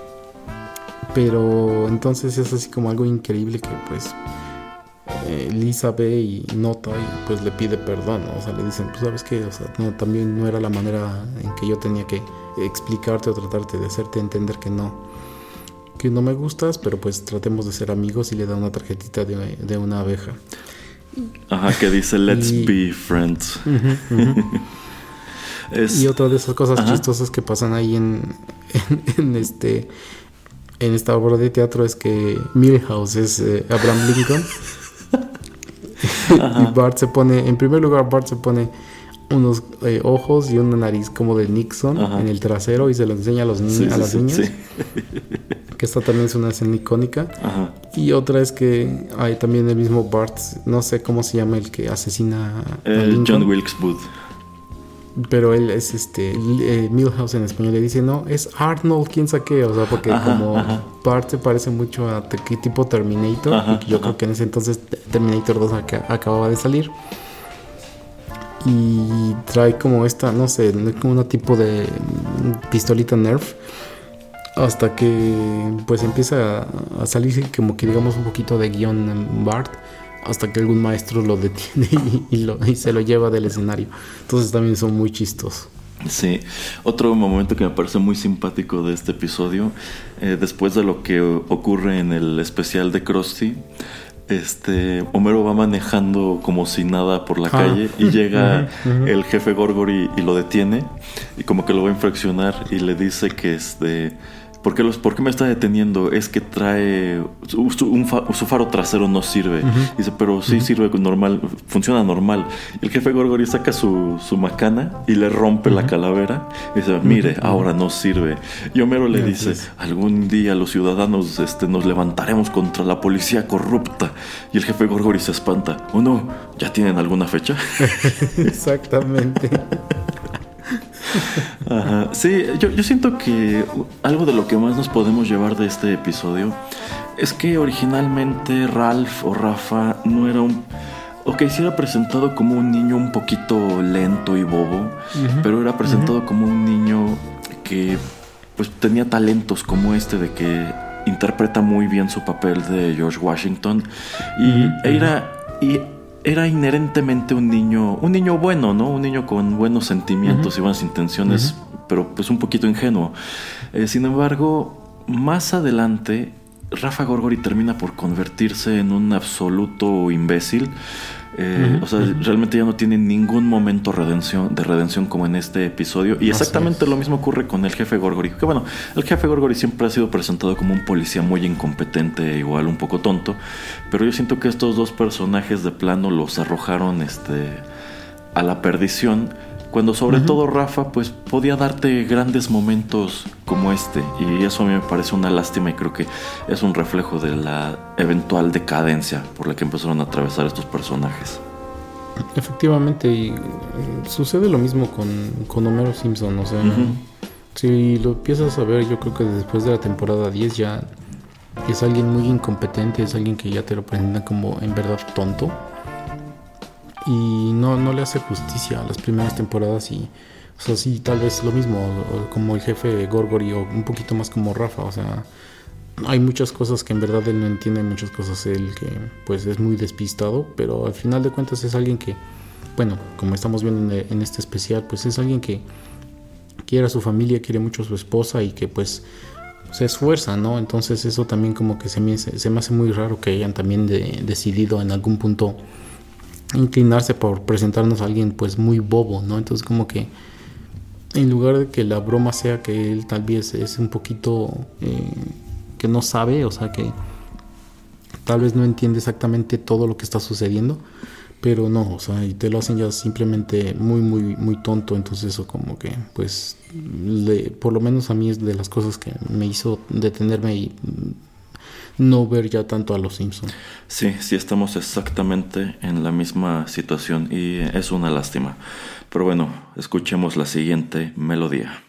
Pero entonces es así como algo increíble que pues Lisa ve y nota y pues le pide perdón, ¿no? O sea, le dicen, pues sabes qué, o sea, no, también no era la manera en que yo tenía que explicarte o tratarte de hacerte entender que no me gustas, pero pues tratemos de ser amigos, y le da una tarjetita de una abeja. Ajá, que dice let's be friends. Y otra de esas cosas chistosas que pasan ahí en esta obra de teatro es que Milhouse es Abraham Lincoln. Y Bart se pone unos ojos y una nariz como de Nixon en el trasero y se lo enseña a las niñas. Sí. Que esta también es una escena icónica. Ajá. Y otra es que hay también el mismo Bart, no sé cómo se llama el que asesina a Lincoln. John Wilkes Booth. Pero él es Milhouse en español le dice, no, es Arnold, quién sabe, o sea, porque Bart se parece mucho a tipo Terminator, y yo creo que en ese entonces Terminator 2 acababa de salir. Y trae como esta, no sé, como una tipo de pistolita Nerf, hasta que pues empieza a salir como que digamos un poquito de guión en Bart, hasta que algún maestro lo detiene y se lo lleva del escenario. Entonces también son muy chistosos. Sí, otro momento que me parece muy simpático de este episodio, después de lo que ocurre en el especial de Krusty, Homero va manejando como si nada por la calle y llega el jefe Gorgory y lo detiene y como que lo va a infraccionar y le dice que ¿Por qué me está deteniendo? Es que trae su faro trasero no sirve. Dice, pero sí sirve normal, funciona normal. Y el jefe Gorgory saca su macana y le rompe la calavera y dice, mire, ahora no sirve. Y Homero le dice, algún día los ciudadanos nos levantaremos contra la policía corrupta. Y el jefe Gorgory se espanta. ¿O no? ¿Ya tienen alguna fecha? Exactamente. Ajá. Sí, yo siento que algo de lo que más nos podemos llevar de este episodio es que originalmente Ralph o Rafa no era Ok, sí era presentado como un niño un poquito lento y bobo, pero era presentado como un niño que pues tenía talentos como este de que interpreta muy bien su papel de George Washington y era inherentemente un niño bueno, ¿no? Un niño con buenos sentimientos y buenas intenciones, pero pues un poquito ingenuo. Sin embargo, más adelante Rafa Gorgori termina por convertirse en un absoluto imbécil. O sea, realmente ya no tiene ningún momento de redención como en este episodio. Y exactamente lo mismo ocurre con el jefe Gorgori. Que bueno, el jefe Gorgori siempre ha sido presentado como un policía muy incompetente, igual un poco tonto. Pero yo siento que estos dos personajes de plano los arrojaron a la perdición. Cuando sobre todo Rafa pues podía darte grandes momentos como este. Y eso a mí me parece una lástima y creo que es un reflejo de la eventual decadencia por la que empezaron a atravesar estos personajes. Efectivamente, y sucede lo mismo con Homero Simpson. O sea, si lo empiezas a ver, yo creo que después de la temporada 10 ya es alguien muy incompetente, es alguien que ya te lo presentan como en verdad tonto. Y no le hace justicia a las primeras temporadas. Y, o sea, sí, tal vez lo mismo como el jefe Gorgori o un poquito más como Rafa. O sea, hay muchas cosas que en verdad él no entiende, muchas cosas él que pues es muy despistado, pero al final de cuentas es alguien que, bueno, como estamos viendo en este especial, pues es alguien que quiere a su familia, quiere mucho a su esposa y que pues se esfuerza, ¿no? Entonces eso también como que se me hace muy raro que hayan también decidido en algún punto inclinarse por presentarnos a alguien pues muy bobo, ¿no? Entonces como que en lugar de que la broma sea que él tal vez es un poquito que no sabe, o sea que tal vez no entiende exactamente todo lo que está sucediendo, pero no, o sea, y te lo hacen ya simplemente muy muy muy tonto. Entonces eso como que pues por lo menos a mí es de las cosas que me hizo detenerme y no ver ya tanto a los Simpsons. Sí, estamos exactamente en la misma situación y es una lástima. Pero bueno, escuchemos la siguiente melodía.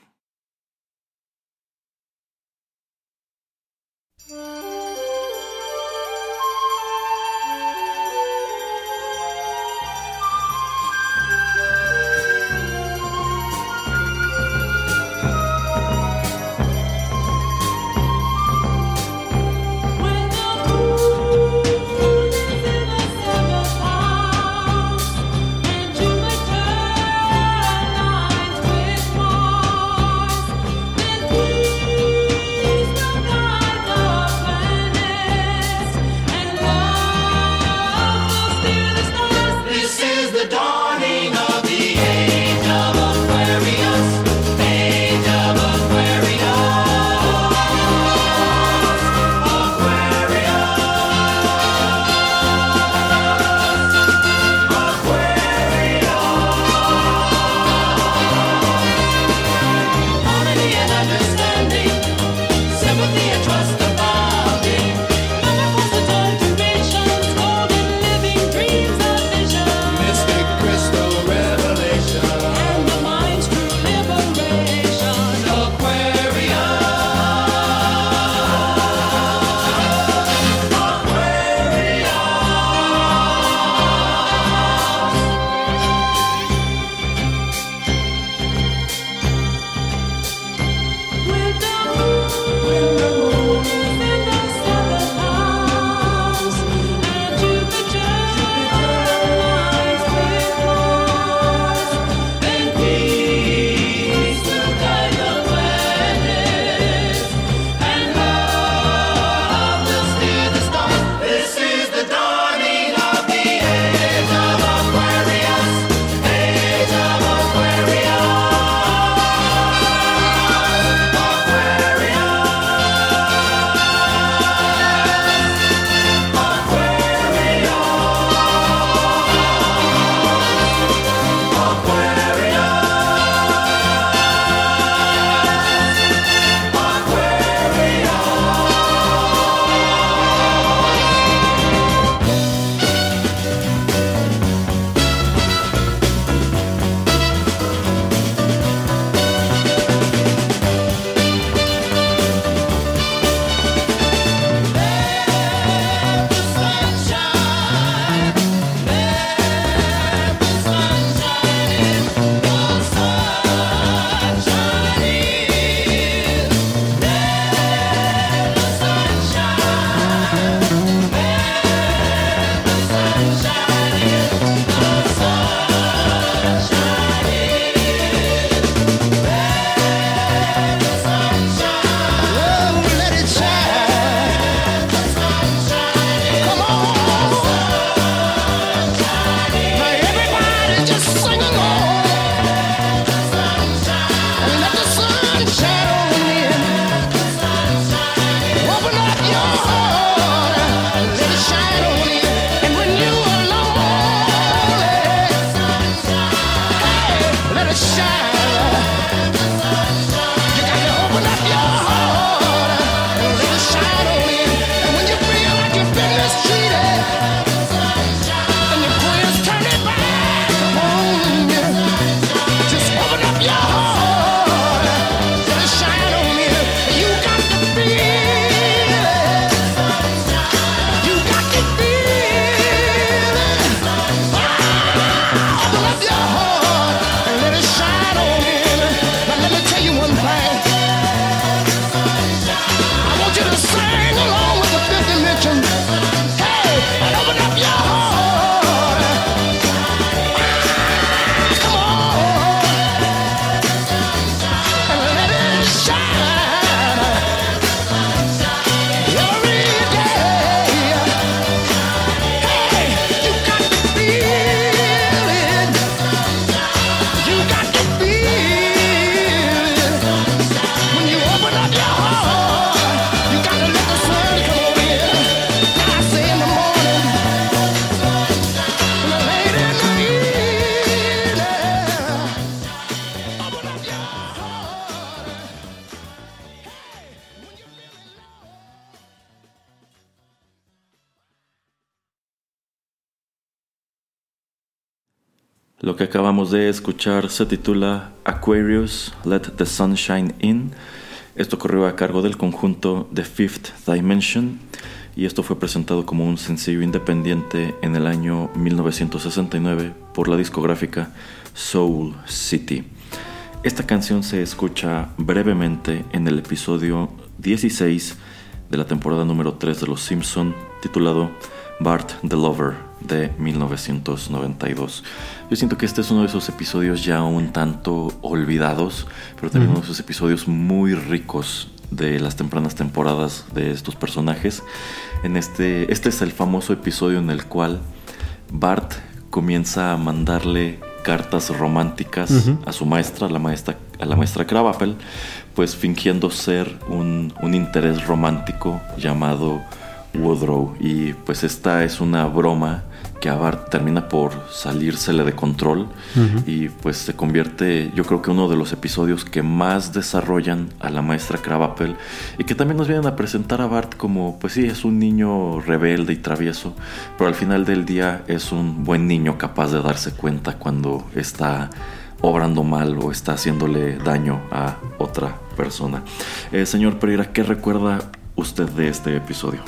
Lo que acabamos de escuchar se titula Aquarius, Let the Sunshine In. Esto corrió a cargo del conjunto The Fifth Dimension y esto fue presentado como un sencillo independiente en el año 1969 por la discográfica Soul City. Esta canción se escucha brevemente en el episodio 16 de la temporada número 3 de Los Simpson, titulado Bart the Lover, de 1992. Yo siento que este es uno de esos episodios ya un tanto olvidados, pero también uno de esos episodios muy ricos de las tempranas temporadas de estos personajes. Este es el famoso episodio en el cual Bart comienza a mandarle cartas románticas a su maestra, a la maestra Krabappel, pues fingiendo ser un interés romántico llamado Woodrow. Y pues esta es una broma que a Bart termina por salírsele de control y pues se convierte, yo creo que uno de los episodios que más desarrollan a la maestra Krabappel y que también nos vienen a presentar a Bart como, pues sí, es un niño rebelde y travieso, pero al final del día es un buen niño capaz de darse cuenta cuando está obrando mal o está haciéndole daño a otra persona. Señor Pereira, ¿qué recuerda usted de este episodio?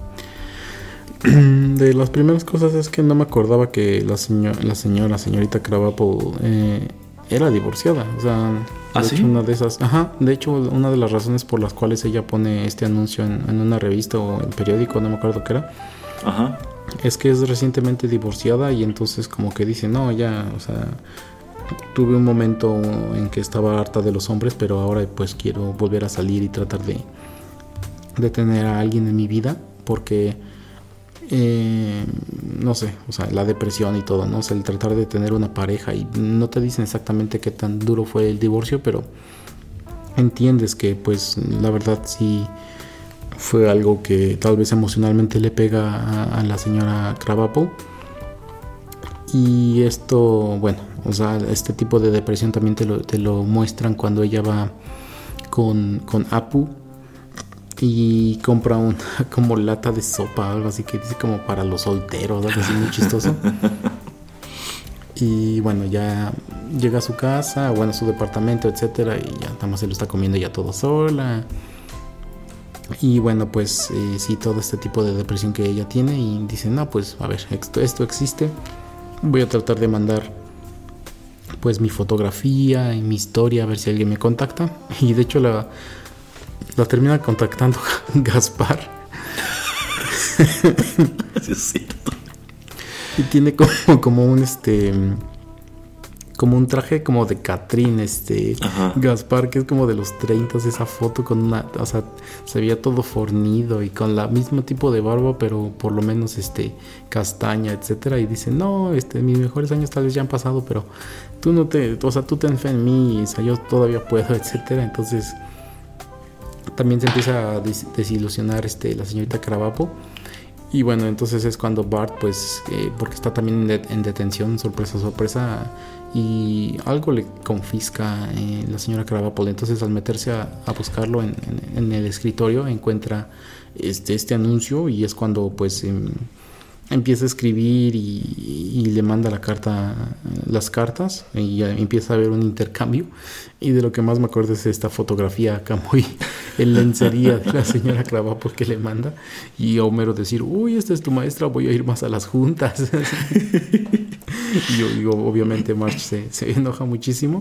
De las primeras cosas es que no me acordaba que la señorita Krabappel era divorciada. O sea, de hecho, una de esas. De hecho, una de las razones por las cuales ella pone este anuncio en una revista o en periódico, no me acuerdo qué era. Es que es recientemente divorciada y entonces como que dice, no, ya, o sea, tuve un momento en que estaba harta de los hombres, pero ahora pues quiero volver a salir y tratar de tener a alguien en mi vida, porque no sé, o sea, la depresión y todo, ¿no? O sea, el tratar de tener una pareja y no te dicen exactamente qué tan duro fue el divorcio, pero entiendes que pues la verdad sí fue algo que tal vez emocionalmente le pega a la señora Krabappel. Y esto, bueno, o sea, este tipo de depresión también te lo muestran cuando ella va con Apu y compra una como lata de sopa, algo así que dice como para los solteros, algo así muy chistoso. Y bueno, ya llega a su casa, bueno, a su departamento, etcétera, y ya nada más se lo está comiendo ya todo sola. Y bueno, pues sí, todo este tipo de depresión que ella tiene, y dice, no, pues a ver, esto existe, voy a tratar de mandar pues mi fotografía y mi historia a ver si alguien me contacta. Y de hecho la termina contactando Gaspar. Sí, es cierto. Y tiene como un traje como de Catrín, Gaspar, que es como de los 30, esa foto con una, o sea, se veía todo fornido y con la mismo tipo de barba, pero por lo menos castaña, etcétera. Y dice, no, mis mejores años tal vez ya han pasado, pero tú ten fe en mí, o sea, yo todavía puedo, etcétera. Entonces también se empieza a desilusionar la señorita Krabappel. Y bueno, entonces es cuando Bart, pues, porque está también en detención, sorpresa, y algo le confisca la señora Krabappel. Entonces al meterse a buscarlo en el escritorio, encuentra este anuncio, y es cuando pues empieza a escribir y le manda las cartas, y ya empieza a haber un intercambio. Y de lo que más me acuerdo es esta fotografía acá muy en lencería de la señora Krabappel que le manda, y Homero decir, uy, esta es tu maestra, voy a ir más a las juntas. Y obviamente Marge se enoja muchísimo.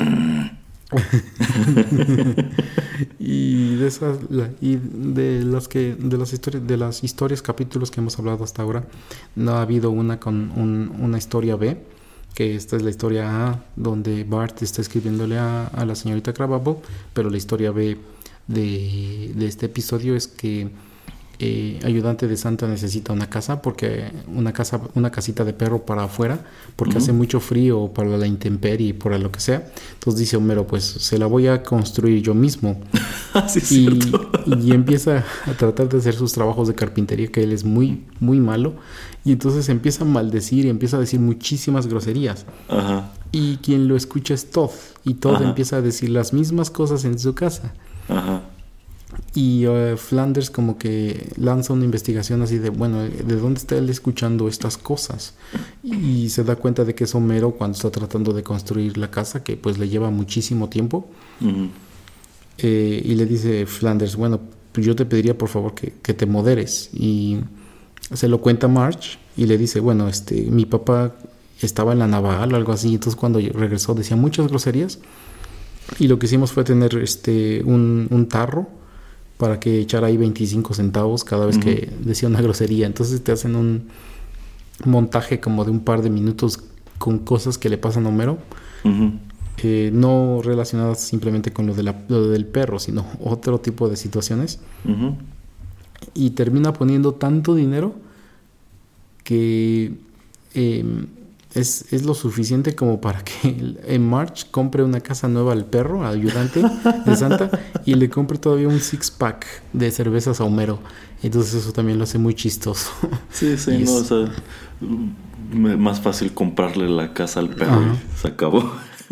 Y de las historias, capítulos que hemos hablado hasta ahora, no ha habido una con una historia B, que esta es la historia A, donde Bart está escribiéndole a la señorita Krabappel, pero la historia B de este episodio es que ayudante de Santa necesita una casa, porque una casita de perro para afuera, porque hace mucho frío, para la intemperie y por lo que sea. Entonces dice Homero, pues se la voy a construir yo mismo. Sí, y empieza a tratar de hacer sus trabajos de carpintería, que él es muy, muy malo, y entonces empieza a maldecir y empieza a decir muchísimas groserías. Y quien lo escucha es Todd, y Todd empieza a decir las mismas cosas en su casa. Y Flanders como que lanza una investigación así de, bueno, ¿de dónde está él escuchando estas cosas? Y se da cuenta de que es Homero cuando está tratando de construir la casa, que pues le lleva muchísimo tiempo. Uh-huh. Y le dice Flanders, bueno, pues yo te pediría por favor que te moderes. Y se lo cuenta Marge y le dice, bueno, mi papá estaba en la naval o algo así. Entonces cuando regresó decía muchas groserías. Y lo que hicimos fue tener un tarro para que echara ahí 25 centavos cada vez que decía una grosería. Entonces te hacen un montaje como de un par de minutos con cosas que le pasan a Homero. Uh-huh. No relacionadas simplemente con lo del perro, sino otro tipo de situaciones. Uh-huh. Y termina poniendo tanto dinero que es lo suficiente como para que Marge compre una casa nueva al perro, al ayudante de Santa, y le compre todavía un 6-pack de cervezas a Homero. Entonces eso también lo hace muy chistoso. Sí, no, o sea, más fácil comprarle la casa al perro y se acabó.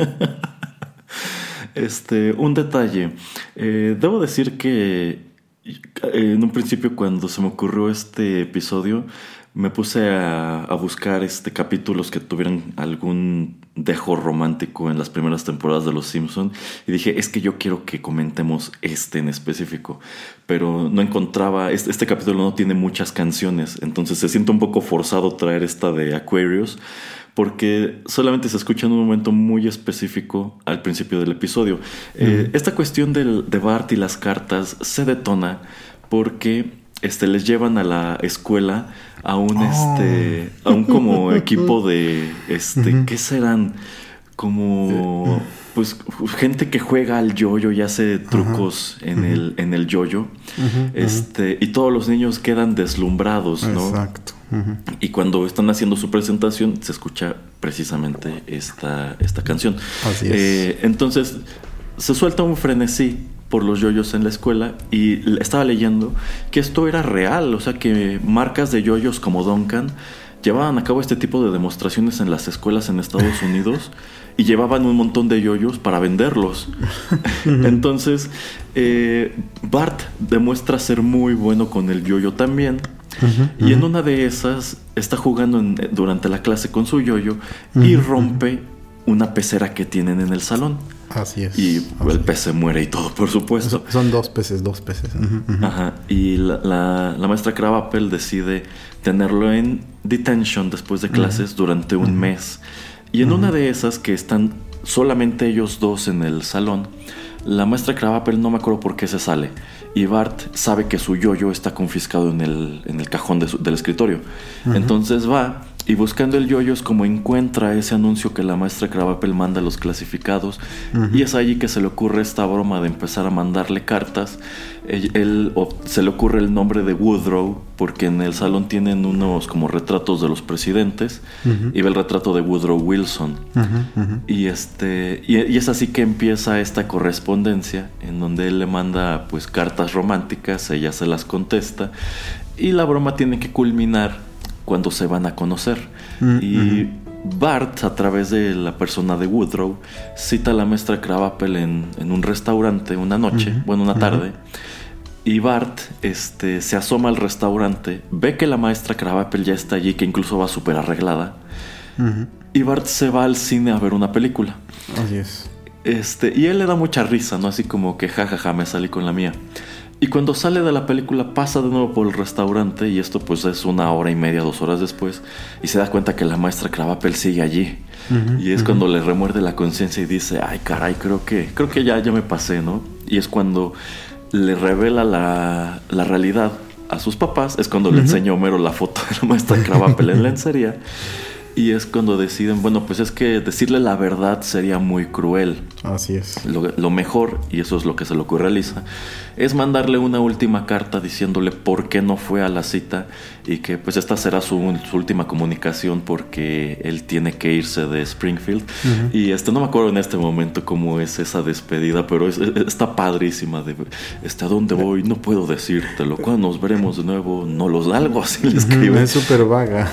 Un detalle. Debo decir que en un principio, cuando se me ocurrió este episodio, me puse a buscar capítulos que tuvieran algún dejo romántico en las primeras temporadas de Los Simpson, y dije, es que yo quiero que comentemos en específico, pero no encontraba. Este capítulo no tiene muchas canciones, entonces se siente un poco forzado traer esta de Aquarius, porque solamente se escucha en un momento muy específico al principio del episodio. Esta cuestión de Bart y las cartas se detona porque les llevan a la escuela a un como equipo de ¿qué serán? Como pues gente que juega al yoyo y hace trucos en el yoyo. Y todos los niños quedan deslumbrados, ¿no? Exacto. Y cuando están haciendo su presentación se escucha precisamente esta canción. Así es. Entonces se suelta un frenesí por los yoyos en la escuela, y estaba leyendo que esto era real, o sea que marcas de yoyos como Duncan llevaban a cabo este tipo de demostraciones en las escuelas en Estados Unidos y llevaban un montón de yoyos para venderlos. Entonces Bart demuestra ser muy bueno con el yoyo también. Y en una de esas está jugando durante la clase con su yoyo y rompe una pecera que tienen en el salón. Así es. Y el pez se muere y todo, por supuesto. Son dos peces. Ajá. Y la maestra Krabappel decide tenerlo en detention después de clases durante un mes. Y en una de esas, que están solamente ellos dos en el salón, la maestra Krabappel, no me acuerdo por qué, se sale. Y Bart sabe que su yoyo está confiscado en el cajón del escritorio. Entonces va, y buscando el yoyo es como encuentra ese anuncio que la maestra Krabappel manda a los clasificados. Y es allí que se le ocurre esta broma de empezar a mandarle cartas. Se le ocurre el nombre de Woodrow, porque en el salón tienen unos como retratos de los presidentes, y ve el retrato de Woodrow Wilson. Y es así que empieza esta correspondencia en donde él le manda pues cartas románticas, ella se las contesta, y la broma tiene que culminar cuando se van a conocer. Y Bart, a través de la persona de Woodrow, cita a la maestra Krabappel en un restaurante una noche, una tarde. Y Bart se asoma al restaurante, ve que la maestra Krabappel ya está allí, que incluso va súper arreglada. Y Bart se va al cine a ver una película. Así es. Y él le da mucha risa, ¿no? Así como que jajaja, me salí con la mía. Y cuando sale de la película pasa de nuevo por el restaurante, y esto pues es 1 hora y media, 2 horas después, y se da cuenta que la maestra Krabappel sigue allí. Y es cuando le remuerde la conciencia y dice, ay caray, creo que ya me pasé, ¿no? Y es cuando le revela la realidad a sus papás. Es cuando le enseña a Homero la foto de la maestra Krabappel en lencería. Y es cuando deciden, bueno, pues es que decirle la verdad sería muy cruel. Así es. Lo mejor, y eso es lo que se le ocurre a Lisa, es mandarle una última carta diciéndole por qué no fue a la cita, y que pues esta será su última comunicación porque él tiene que irse de Springfield. Y no me acuerdo en este momento cómo es esa despedida, pero está padrísima. De ¿a dónde voy? No puedo decírtelo. ¿Cuándo nos veremos de nuevo? No algo así le escribe. Es súper vaga.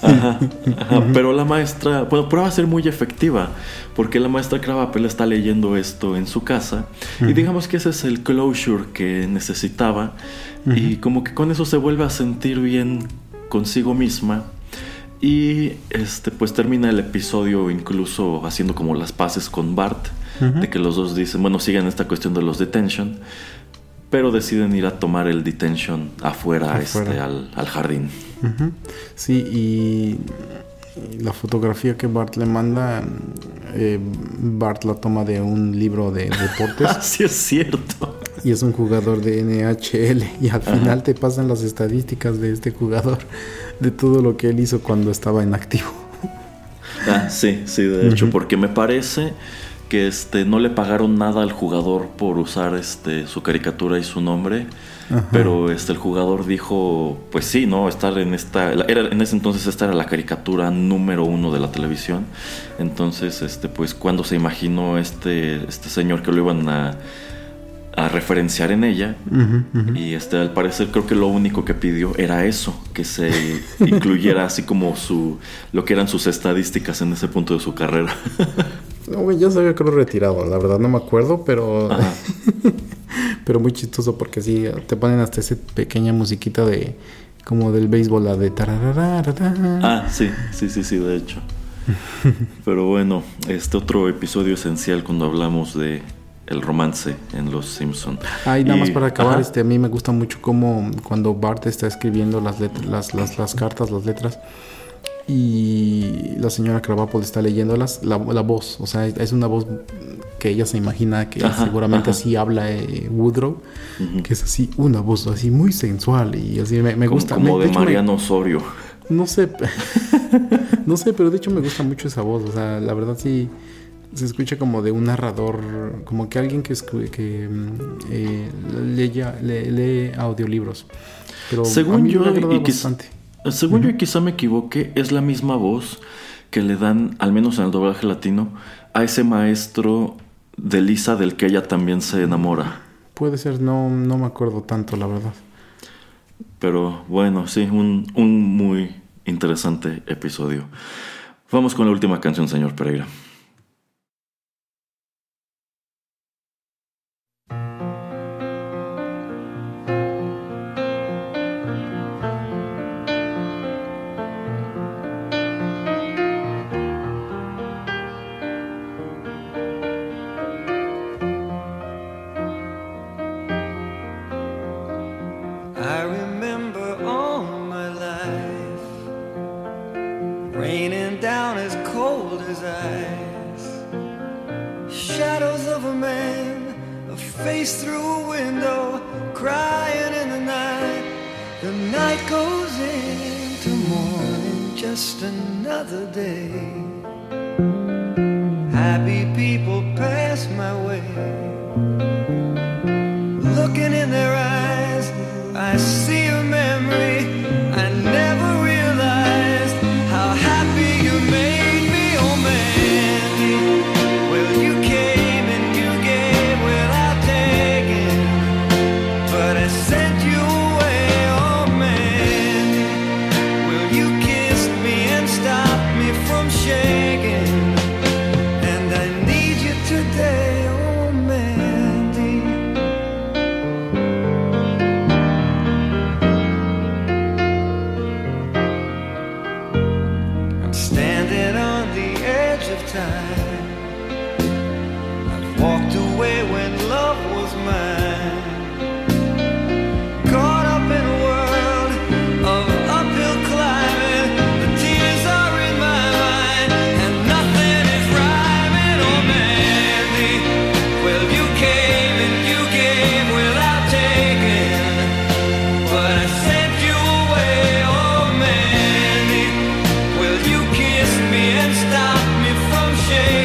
Ajá, pero la maestra, bueno, prueba a ser muy efectiva, porque la maestra Krabappel está leyendo esto en su casa, y digamos que ese es el closure que necesitaba, y como que con eso se vuelve a sentir bien consigo misma, y pues termina el episodio incluso haciendo como las paces con Bart, de que los dos dicen, bueno, siguen esta cuestión de los detention, pero deciden ir a tomar el detention afuera. Al jardín. Sí, y la fotografía que Bart le manda, Bart la toma de un libro de deportes. Sí, es cierto. Y es un jugador de NHL. Y al final te pasan las estadísticas de este jugador, de todo lo que él hizo cuando estaba en activo. Sí, de hecho, porque me parece que no le pagaron nada al jugador por usar su caricatura y su nombre. Pero el jugador dijo, pues sí, ¿no? En ese entonces esta era la caricatura número 1 de la televisión. Entonces, pues cuando se imaginó este señor que lo iban a referenciar en ella, y al parecer creo que lo único que pidió era eso, que se incluyera así como lo que eran sus estadísticas en ese punto de su carrera. No, güey, ya se había creo retirado, la verdad no me acuerdo, pero pero muy chistoso porque sí, te ponen hasta esa pequeña musiquita de como del béisbol, la de tarararara. Sí, de hecho. Pero bueno, otro episodio esencial cuando hablamos de el romance en Los Simpson. Nada más para acabar, a mí me gusta mucho cómo cuando Bart está escribiendo las cartas, las letras, y la señora Krabappel está leyéndolas, la voz, o sea, es una voz que ella se imagina que seguramente así habla Woodrow, que es así, una voz así muy sensual, y así me gusta. Como de Mariano Osorio. No sé, pero de hecho me gusta mucho esa voz, o sea, la verdad sí se escucha como de un narrador, como que alguien que lee audiolibros. Pero según yo, y quizá me equivoque, es la misma voz que le dan, al menos en el doblaje latino, a ese maestro de Lisa del que ella también se enamora. Puede ser, no me acuerdo tanto, la verdad. Pero bueno, sí, un muy interesante episodio. Vamos con la última canción, señor Pereira. Stop me from shaking.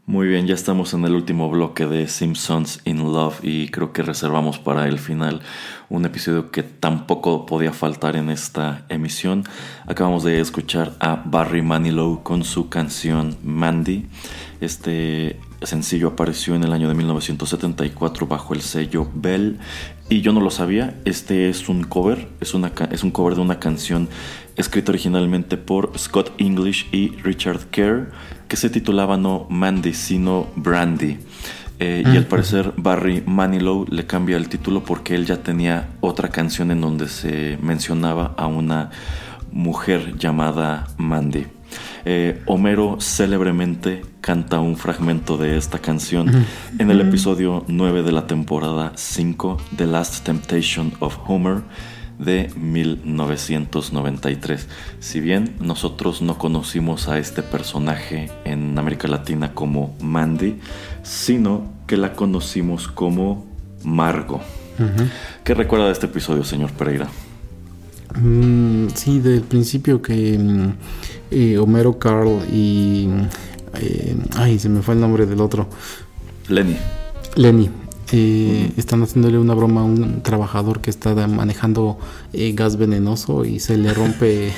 Muy bien, ya estamos en el último bloque de Simpsons in Love y creo que reservamos para el final un episodio que tampoco podía faltar en esta emisión. Acabamos de escuchar a Barry Manilow con su canción Mandy. Este sencillo apareció en el año de 1974 bajo el sello Bell y yo no lo sabía. Este es un cover, es un cover de una canción escrita originalmente por Scott English y Richard Kerr, que se titulaba no Mandy sino Brandy. Y al parecer Barry Manilow le cambia el título porque él ya tenía otra canción en donde se mencionaba a una mujer llamada Mandy. Homero célebremente canta un fragmento de esta canción en el episodio 9 de la temporada 5, The Last Temptation of Homer, de 1993. Si bien nosotros no conocimos a este personaje en América Latina como Mandy, sino que la conocimos como Margo. ¿Qué recuerda de este episodio, señor Pereira? Sí, del principio que Homero, Carl y se me fue el nombre del otro. Lenny. Están haciéndole una broma a un trabajador que está manejando gas venenoso y se le rompe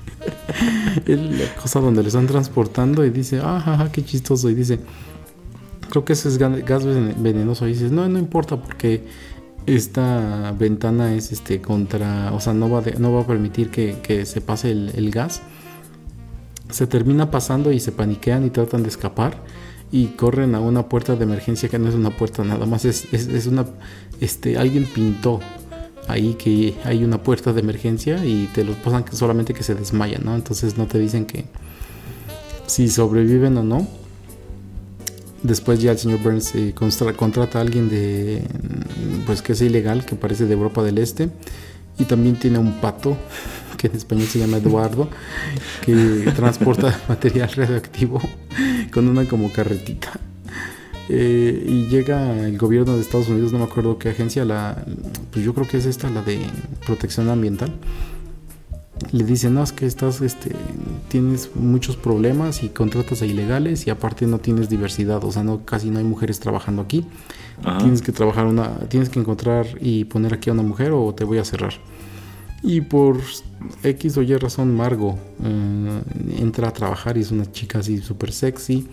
la cosa donde le están transportando y dice, qué chistoso, y dice, creo que ese es gas venenoso, y dices, no importa porque esta ventana es no va a permitir que se pase el gas. Se termina pasando y se paniquean y tratan de escapar y corren a una puerta de emergencia que no es una puerta, nada más es una alguien pintó ahí que hay una puerta de emergencia y te lo pasan solamente que se desmayan, ¿no? Entonces no te dicen que si sobreviven o no. Después ya el señor Burns contrata a alguien que es ilegal, que parece de Europa del Este, y también tiene un pato que en español se llama Eduardo, que transporta material radioactivo con una como carretita. Y llega el gobierno de Estados Unidos, no me acuerdo qué agencia, pues yo creo que es esta, la de protección ambiental. Le dicen, no, es que tienes muchos problemas y contratas a ilegales y aparte no tienes diversidad, o sea, casi no hay mujeres trabajando aquí. Tienes que encontrar y poner aquí a una mujer o te voy a cerrar. Y por X o Y razón Margo entra a trabajar y es una chica así súper sexy.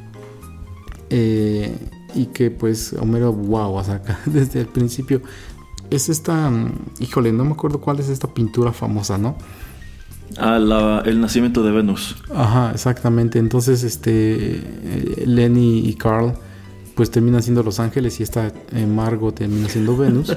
Y que pues Homero, o sea, desde el principio es esta, no me acuerdo cuál es esta pintura famosa, ¿no? El nacimiento de Venus. Exactamente. Entonces Lenny y Carl pues terminan siendo Los Ángeles y esta Margo termina siendo Venus.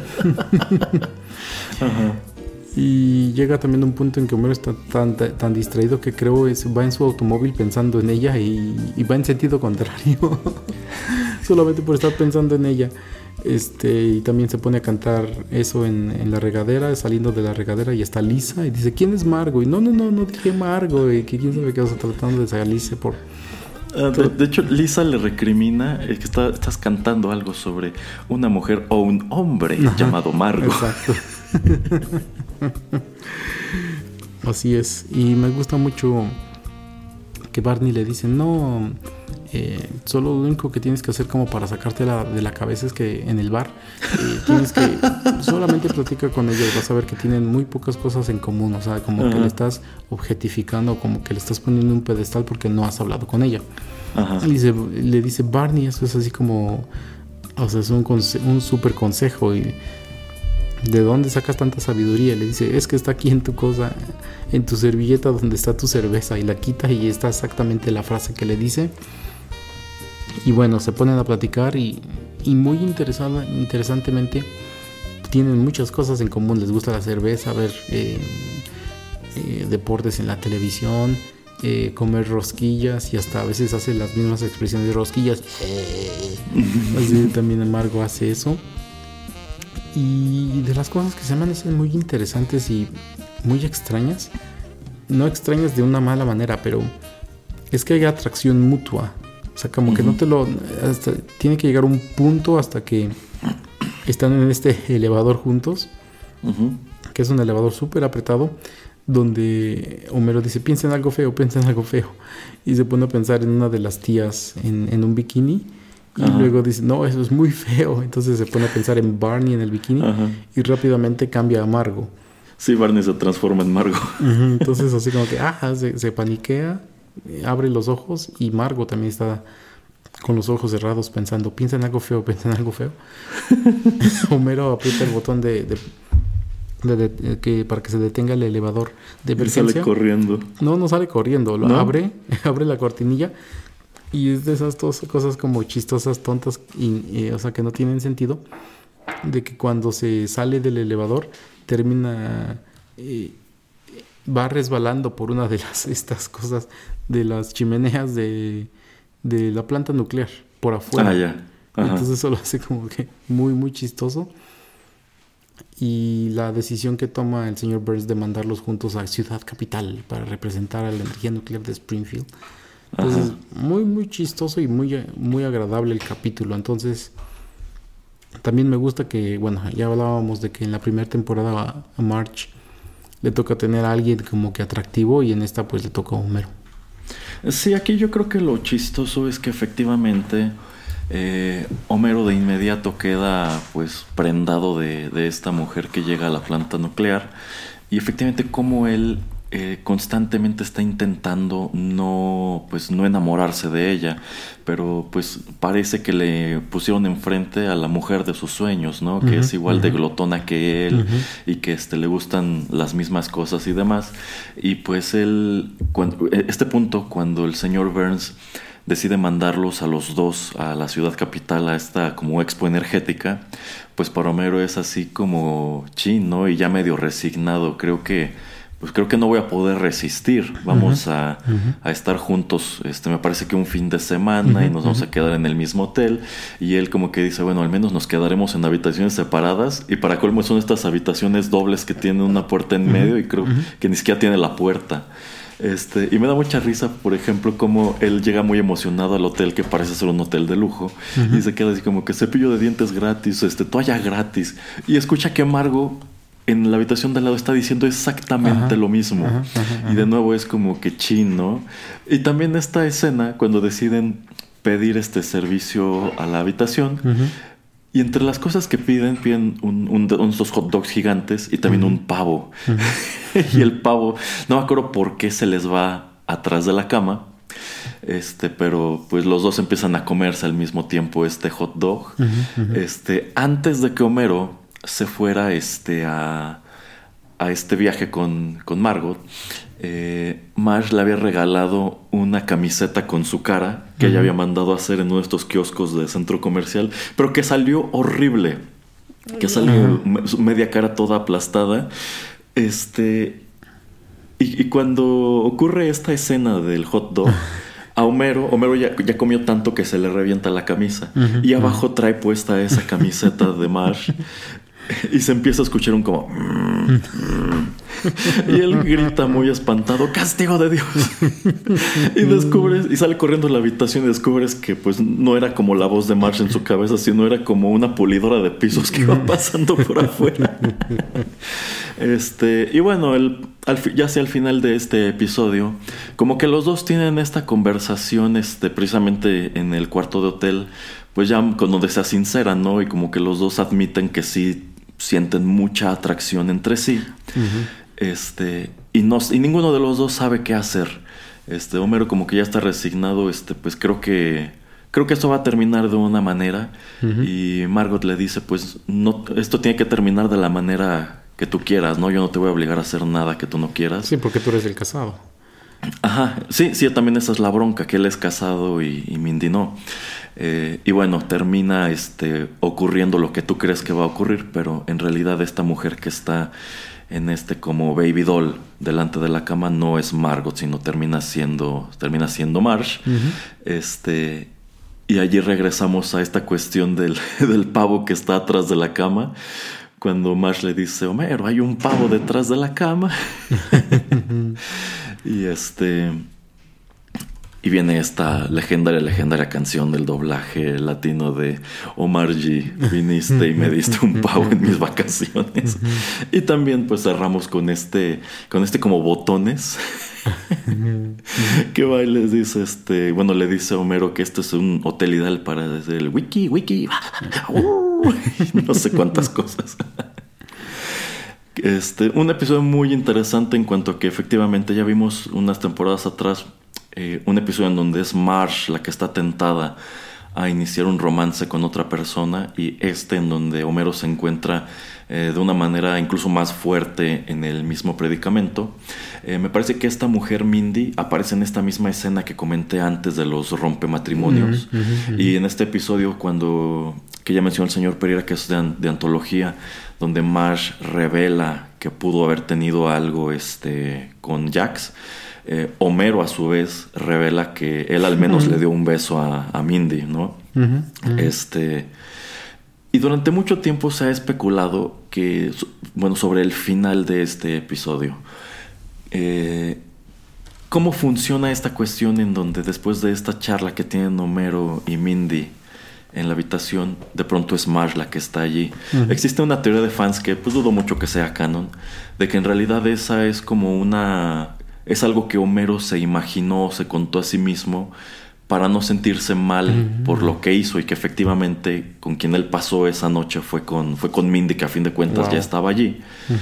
Y llega también un punto en que Homero está tan distraído que creo va en su automóvil pensando en ella y va en sentido contrario. Solamente por estar pensando en ella. Y también se pone a cantar eso en la regadera, saliendo de la regadera, y está Lisa y dice, ¿quién es Margo? Y no dije Margo, y que quién sabe qué, tratando de salirse por... De hecho, Lisa le recrimina que estás cantando algo sobre una mujer o un hombre llamado Margo. Exacto. Así es. Y me gusta mucho que Barney le dice, no, solo lo único que tienes que hacer como para sacarte de la cabeza es que en el bar tienes que solamente platicar con ellos, vas a ver que tienen muy pocas cosas en común, o sea, como que le estás objetificando, como que le estás poniendo un pedestal porque no has hablado con ella. Le dice Barney, eso es así como, o sea, es un súper consejo. Y ¿de dónde sacas tanta sabiduría? Le dice, es que está aquí en tu cosa, en tu servilleta donde está tu cerveza, y la quita y está exactamente la frase que le dice. Y bueno, se ponen a platicar y muy interesantemente tienen muchas cosas en común. Les gusta la cerveza, ver deportes en la televisión, comer rosquillas, y hasta a veces hace las mismas expresiones de rosquillas. Así también Margo hace eso. Y de las cosas que se me hacen muy interesantes y muy extrañas, no extrañas de una mala manera, pero es que hay atracción mutua. O sea, como que no tiene que llegar un punto hasta que están en este elevador juntos, que es un elevador súper apretado, donde Homero dice, piensa en algo feo, piensa en algo feo. Y se pone a pensar en una de las tías en un bikini. Y luego dice, no, eso es muy feo. Entonces se pone a pensar en Barney en el bikini. Y rápidamente cambia a Margo. Sí, Barney se transforma en Margo. Entonces así como que, se paniquea, abre los ojos. Y Margo también está con los ojos cerrados pensando, piensa en algo feo, piensa en algo feo. Homero aprieta el botón para que se detenga el elevador de emergencia. Y sale corriendo. No sale corriendo. Lo abre la cortinilla. Y es de esas dos cosas como chistosas, tontas, o sea, que no tienen sentido. De que cuando se sale del elevador, termina... va resbalando por una de estas cosas de las chimeneas de la planta nuclear, por afuera. Ya. Entonces eso lo hace como que muy, muy chistoso. Y la decisión que toma el señor Burns de mandarlos juntos a Ciudad Capital para representar a la energía nuclear de Springfield. Entonces, muy, muy chistoso y muy, muy agradable el capítulo. Entonces, también me gusta que, bueno, ya hablábamos de que en la primera temporada a Marge le toca tener a alguien como que atractivo y en esta pues le toca a Homero. Sí, aquí yo creo que lo chistoso es que efectivamente Homero de inmediato queda pues prendado de esta mujer que llega a la planta nuclear y efectivamente como él constantemente está intentando no enamorarse de ella, pero pues parece que le pusieron enfrente a la mujer de sus sueños, ¿no? Que es igual de glotona que él y que le gustan las mismas cosas y demás. Y pues cuando el señor Burns decide mandarlos a los dos a la ciudad capital, a esta como expo energética, pues para Homero es así como chin, ¿no? Y ya medio resignado, creo que no voy a poder resistir. Vamos a estar juntos, me parece que un fin de semana y nos vamos a quedar en el mismo hotel. Y él como que dice, bueno, al menos nos quedaremos en habitaciones separadas. Y para colmo son estas habitaciones dobles que tienen una puerta en medio y creo que ni siquiera tiene la puerta. Y me da mucha risa, por ejemplo, como él llega muy emocionado al hotel, que parece ser un hotel de lujo, y se queda así como que cepillo de dientes gratis, toalla gratis. Y escucha que Margo en la habitación de al lado está diciendo exactamente lo mismo. Y de nuevo es como que chin, ¿no? Y también esta escena cuando deciden pedir este servicio a la habitación. Y entre las cosas que piden unos hot dogs gigantes y también un pavo. Y el pavo, no me acuerdo por qué se les va atrás de la cama. Pero pues los dos empiezan a comerse al mismo tiempo este hot dog. Antes de que Homero se fuera a este viaje con Margot, Marge le había regalado una camiseta con su cara que ella había mandado a hacer en uno de estos kioscos de centro comercial, pero que salió horrible, que salió media cara toda aplastada. Y cuando ocurre esta escena del hot dog, a Homero ya comió tanto que se le revienta la camisa. Y abajo trae puesta esa camiseta de Marge. Y se empieza a escuchar un como... y él grita muy espantado, ¡castigo de Dios! y sale corriendo a la habitación y descubres que pues no era como la voz de Marge en su cabeza, sino era como una pulidora de pisos que iba pasando por afuera. Y bueno, ya sea al final de este episodio, como que los dos tienen esta conversación precisamente en el cuarto de hotel, pues ya donde se sinceran, ¿no? Y como que los dos admiten que sí sienten mucha atracción entre sí. Y ninguno de los dos sabe qué hacer. Homero como que ya está resignado, pues creo que esto va a terminar de una manera. Y Margot le dice, pues no, esto tiene que terminar de la manera que tú quieras, ¿no? Yo no te voy a obligar a hacer nada que tú no quieras. Sí, porque tú eres el casado. Ajá, sí, también esa es la bronca, que él es casado y Mindy no. Y bueno, termina ocurriendo lo que tú crees que va a ocurrir, pero en realidad esta mujer que está en como baby doll delante de la cama no es Margot, sino termina siendo Marge. Y allí regresamos a esta cuestión del pavo que está atrás de la cama, cuando Marge le dice, Homero, hay un pavo detrás de la cama. Y viene esta legendaria canción del doblaje latino de Omar G. Viniste y me diste un pavo en mis vacaciones. Y también pues cerramos con este como botones. Que va y les dice le dice a Homero que este es un hotel ideal para decir el wiki no sé cuántas cosas. Un episodio muy interesante en cuanto a que efectivamente ya vimos unas temporadas atrás un episodio en donde es Marge la que está tentada a iniciar un romance con otra persona, y en donde Homero se encuentra de una manera incluso más fuerte en el mismo predicamento. Me parece que esta mujer Mindy aparece en esta misma escena que comenté antes de los rompematrimonios. Y en este episodio que ya mencionó el señor Pereira, que es de antología, donde Marge revela que pudo haber tenido algo con Jax, Homero a su vez revela que él al menos le dio un beso a Mindy, ¿no? Y durante mucho tiempo se ha especulado sobre el final de este episodio. ¿Cómo funciona esta cuestión en donde después de esta charla que tienen Homero y Mindy en la habitación, de pronto es Marge la que está allí? Existe una teoría de fans que pues dudo mucho que sea canon, de que en realidad esa es como es algo que Homero se imaginó, se contó a sí mismo para no sentirse mal por lo que hizo, y que efectivamente con quien él pasó esa noche fue con Mindy, que a fin de cuentas ya estaba allí.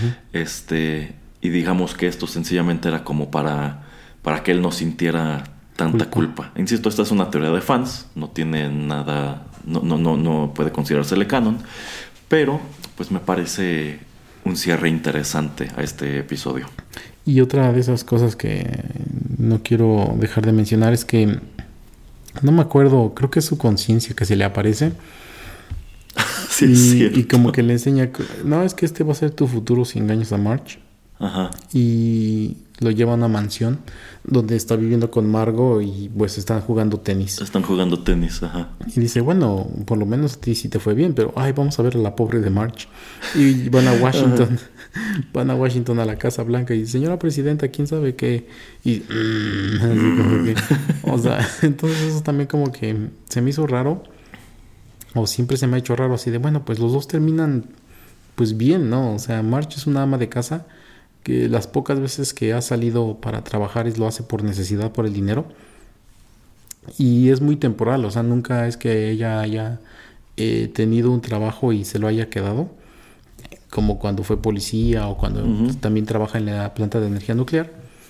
Y digamos que esto sencillamente era como para que él no sintiera tanta culpa. Insisto, esta es una teoría de fans, no tiene nada, no puede considerársele canon, pero pues me parece un cierre interesante a este episodio. Y otra de esas cosas que no quiero dejar de mencionar es que no me acuerdo, creo que es su conciencia que se le aparece. Sí, es cierto. Y como que le enseña, no, es que este va a ser tu futuro si engañas a Marge. Ajá. Y lo lleva a una mansión donde está viviendo con Margo y pues están jugando tenis. Ajá. Y dice, bueno, por lo menos a ti sí te fue bien, pero vamos a ver a la pobre de Marge. Y van a Washington. Van a Washington, a la Casa Blanca, y señora presidenta, ¿quién sabe qué? Y así como que, o sea, entonces eso también como que se me hizo raro, o siempre se me ha hecho raro, así de, bueno, pues los dos terminan pues bien, ¿no? O sea, Marge es una ama de casa que las pocas veces que ha salido para trabajar lo hace por necesidad, por el dinero, y es muy temporal, o sea, nunca es que ella haya tenido un trabajo y se lo haya quedado, como cuando fue policía o cuando también trabaja en la planta de energía nuclear.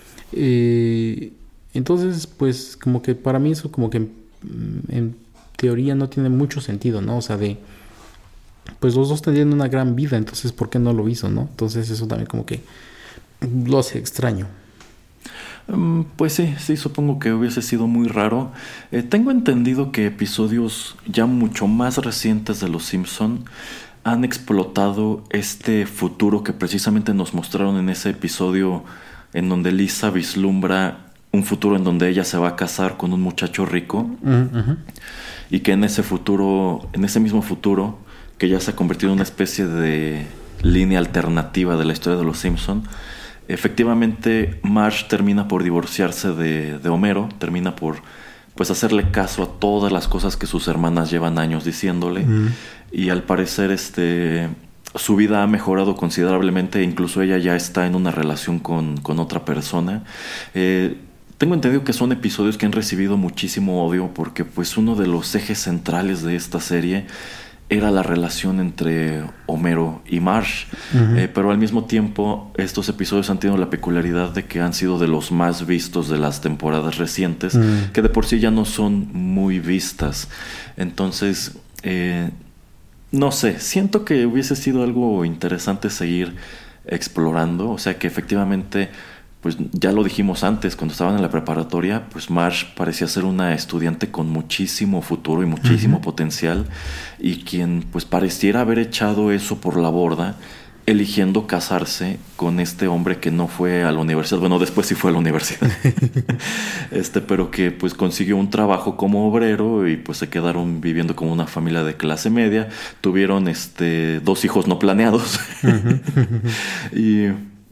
Entonces, pues como que para mí eso como que en teoría no tiene mucho sentido, ¿no? O sea, pues los dos tendrían una gran vida, entonces ¿por qué no lo hizo, no? Entonces eso también como que lo hace extraño. Pues sí, supongo que hubiese sido muy raro. Tengo entendido que episodios ya mucho más recientes de Los Simpson han explotado este futuro que precisamente nos mostraron en ese episodio en donde Lisa vislumbra un futuro en donde ella se va a casar con un muchacho rico, y que en ese mismo futuro, que ya se ha convertido en una especie de línea alternativa de la historia de Los Simpson, efectivamente Marge termina por divorciarse de Homero, termina por pues hacerle caso a todas las cosas que sus hermanas llevan años diciéndole, y al parecer su vida ha mejorado considerablemente, incluso ella ya está en una relación con otra persona. Tengo entendido que son episodios que han recibido muchísimo odio, porque pues uno de los ejes centrales de esta serie era la relación entre Homero y Marge. Pero al mismo tiempo estos episodios han tenido la peculiaridad de que han sido de los más vistos de las temporadas recientes, que de por sí ya no son muy vistas. Entonces no sé, siento que hubiese sido algo interesante seguir explorando. O sea, que efectivamente, pues ya lo dijimos antes, cuando estaban en la preparatoria, pues Marge parecía ser una estudiante con muchísimo futuro y muchísimo potencial, y quien pues pareciera haber echado eso por la borda, eligiendo casarse con este hombre que no fue a la universidad. Bueno, después sí fue a la universidad. Pero que pues consiguió un trabajo como obrero, y pues se quedaron viviendo como una familia de clase media. Tuvieron 2 hijos no planeados. Y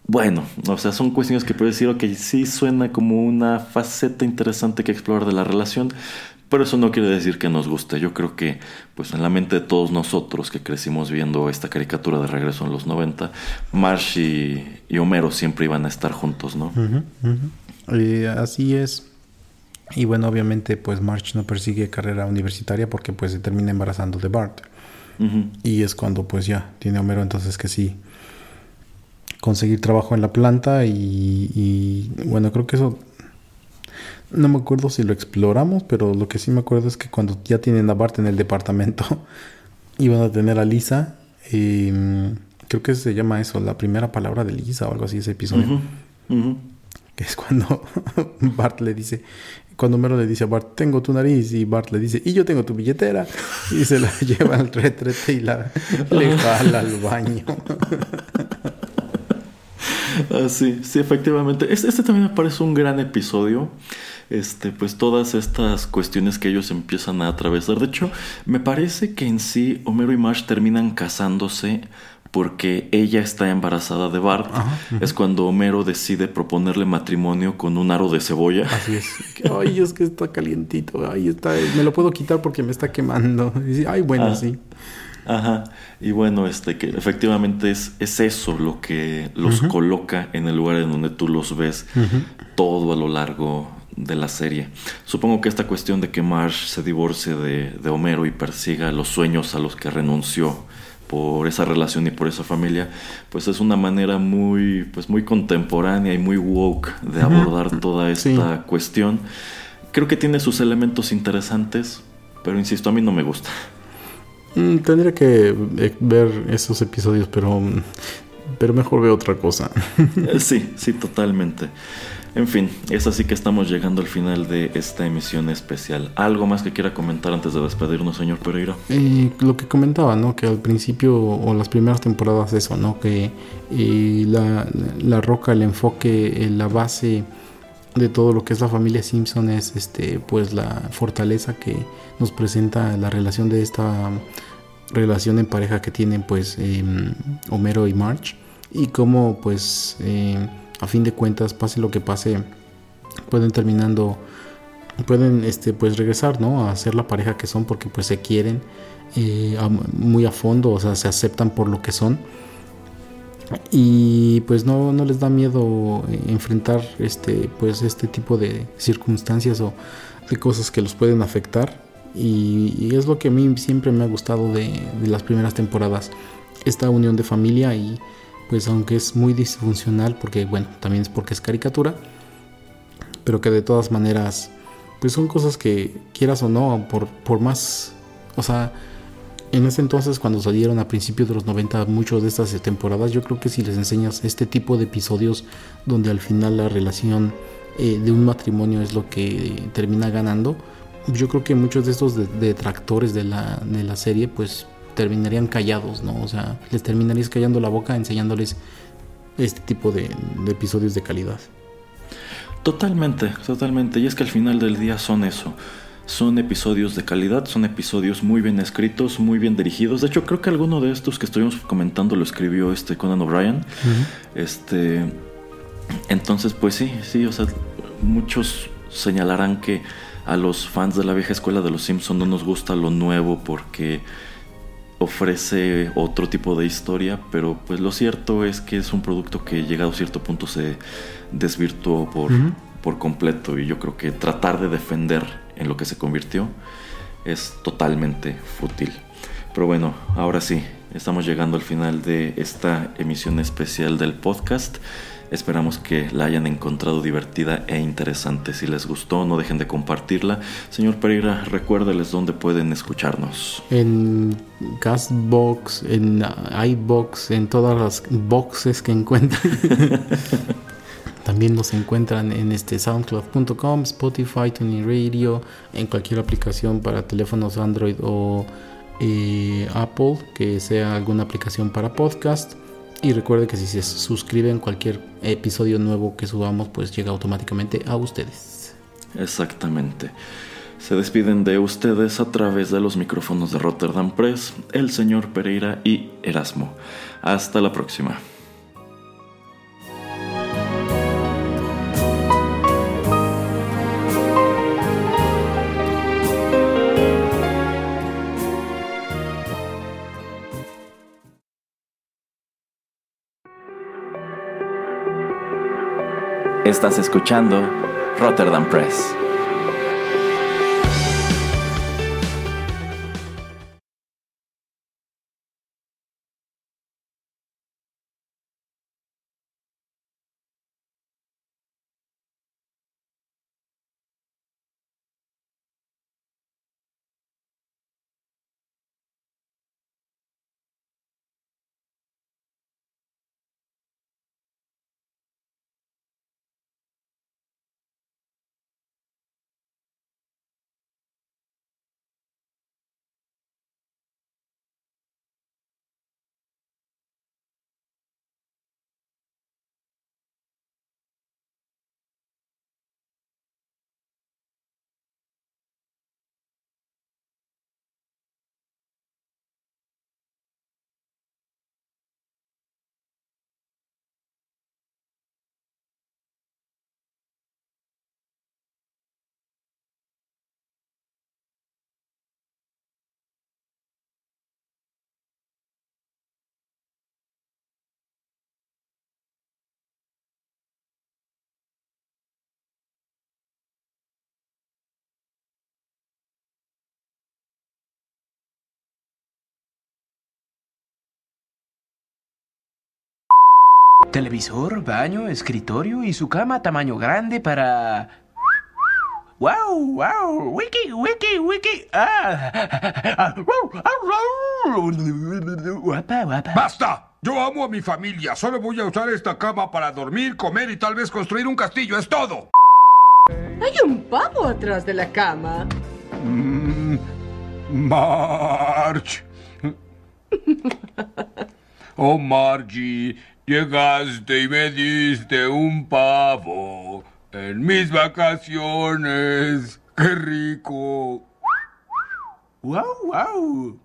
bueno, o sea, son cuestiones que puedo decir, ok, sí suena como una faceta interesante que explorar de la relación, pero eso no quiere decir que nos guste. Yo creo que, pues en la mente de todos nosotros que crecimos viendo esta caricatura de Regreso en los 90, Marge y Homero siempre iban a estar juntos, ¿no? Así es. Y bueno, obviamente, pues Marge no persigue carrera universitaria porque pues se termina embarazando de Bart. Y es cuando pues ya tiene Homero entonces que sí conseguir trabajo en la planta y bueno, creo que eso no me acuerdo si lo exploramos, pero lo que sí me acuerdo es que cuando ya tienen a Bart en el departamento iban a tener a Lisa, creo que se llama eso, la primera palabra de Lisa o algo así, ese episodio, que es cuando Bart le dice, cuando Homero le dice a Bart, tengo tu nariz, y Bart le dice, y yo tengo tu billetera, y se la lleva al retrete y le jala al baño. Sí, efectivamente. Este también me parece un gran episodio. Pues todas estas cuestiones que ellos empiezan a atravesar. De hecho, me parece que en sí Homero y Marge terminan casándose porque ella está embarazada de Bart. Es cuando Homero decide proponerle matrimonio con un aro de cebolla. Así es. Ay, es que está calientito. Ahí está. Me lo puedo quitar porque me está quemando. Y dice, ay, bueno, sí. Y bueno, que efectivamente es eso lo que los coloca en el lugar en donde tú los ves todo a lo largo de la serie. Supongo que esta cuestión de que Marge se divorcie de Homero y persiga los sueños a los que renunció por esa relación y por esa familia, pues es una manera muy contemporánea y muy woke de abordar toda esta cuestión. Creo que tiene sus elementos interesantes, pero insisto, a mí no me gusta. Tendría que ver esos episodios, pero mejor veo otra cosa. Sí, totalmente. En fin, es así que estamos llegando al final de esta emisión especial. ¿Algo más que quiera comentar antes de despedirnos, señor Pereira? Lo que comentaba, ¿no? Que al principio o las primeras temporadas eso, ¿no? Que la roca, el enfoque, la base de todo lo que es la familia Simpson es pues la fortaleza que nos presenta la relación de esta relación en pareja que tienen pues Homero y Marge, y cómo pues a fin de cuentas, pase lo que pase, pueden pues regresar, ¿no? A ser la pareja que son porque pues se quieren muy a fondo, o sea, se aceptan por lo que son. Y pues no les da miedo enfrentar pues este tipo de circunstancias o de cosas que los pueden afectar, y es lo que a mí siempre me ha gustado de las primeras temporadas, esta unión de familia. Y pues aunque es muy disfuncional, porque bueno, también es porque es caricatura, pero que de todas maneras pues son cosas que quieras o no, por más, o sea, en ese entonces cuando salieron a principios de los 90 muchas de estas temporadas, yo creo que si les enseñas este tipo de episodios donde al final la relación de un matrimonio es lo que termina ganando, yo creo que muchos de estos detractores de la serie pues terminarían callados, ¿no? O sea, les terminarías callando la boca enseñándoles este tipo de episodios de calidad. Totalmente. Y es que al final del día son eso. Son episodios de calidad, son episodios muy bien escritos, muy bien dirigidos. De hecho, creo que alguno de estos que estuvimos comentando lo escribió Conan O'Brien. Entonces, pues sí, o sea, muchos señalarán que a los fans de la vieja escuela de los Simpson no nos gusta lo nuevo porque ofrece otro tipo de historia, pero pues lo cierto es que es un producto que llegado a cierto punto se desvirtuó por completo, y yo creo que tratar de defender en lo que se convirtió es totalmente fútil. Pero bueno, ahora sí, estamos llegando al final de esta emisión especial del podcast. Esperamos que la hayan encontrado divertida e interesante. Si les gustó, no dejen de compartirla. Señor Pereira, recuérdeles dónde pueden escucharnos. En Castbox, en iBox, en todas las boxes que encuentren. También nos encuentran en soundcloud.com, Spotify, TuneIn Radio, en cualquier aplicación para teléfonos Android o Apple, que sea alguna aplicación para podcast. Y recuerde que si se suscriben, cualquier episodio nuevo que subamos pues llega automáticamente a ustedes. Exactamente. Se despiden de ustedes a través de los micrófonos de Rotterdam Press, el señor Pereira y Erasmo. Hasta la próxima. Estás escuchando Rotterdam Press. Televisor, baño, escritorio y su cama tamaño grande para... ¡Wow! ¡Wow! ¡Wiki! ¡Wiki! ¡Wiki! Guapa, guapa. ¡Basta! Yo amo a mi familia. Solo voy a usar esta cama para dormir, comer y tal vez construir un castillo. ¡Es todo! Hay un pavo atrás de la cama. Marge. Oh, Margie, llegaste y me diste un pavo en mis vacaciones. ¡Qué rico! ¡Wow! ¡Wow!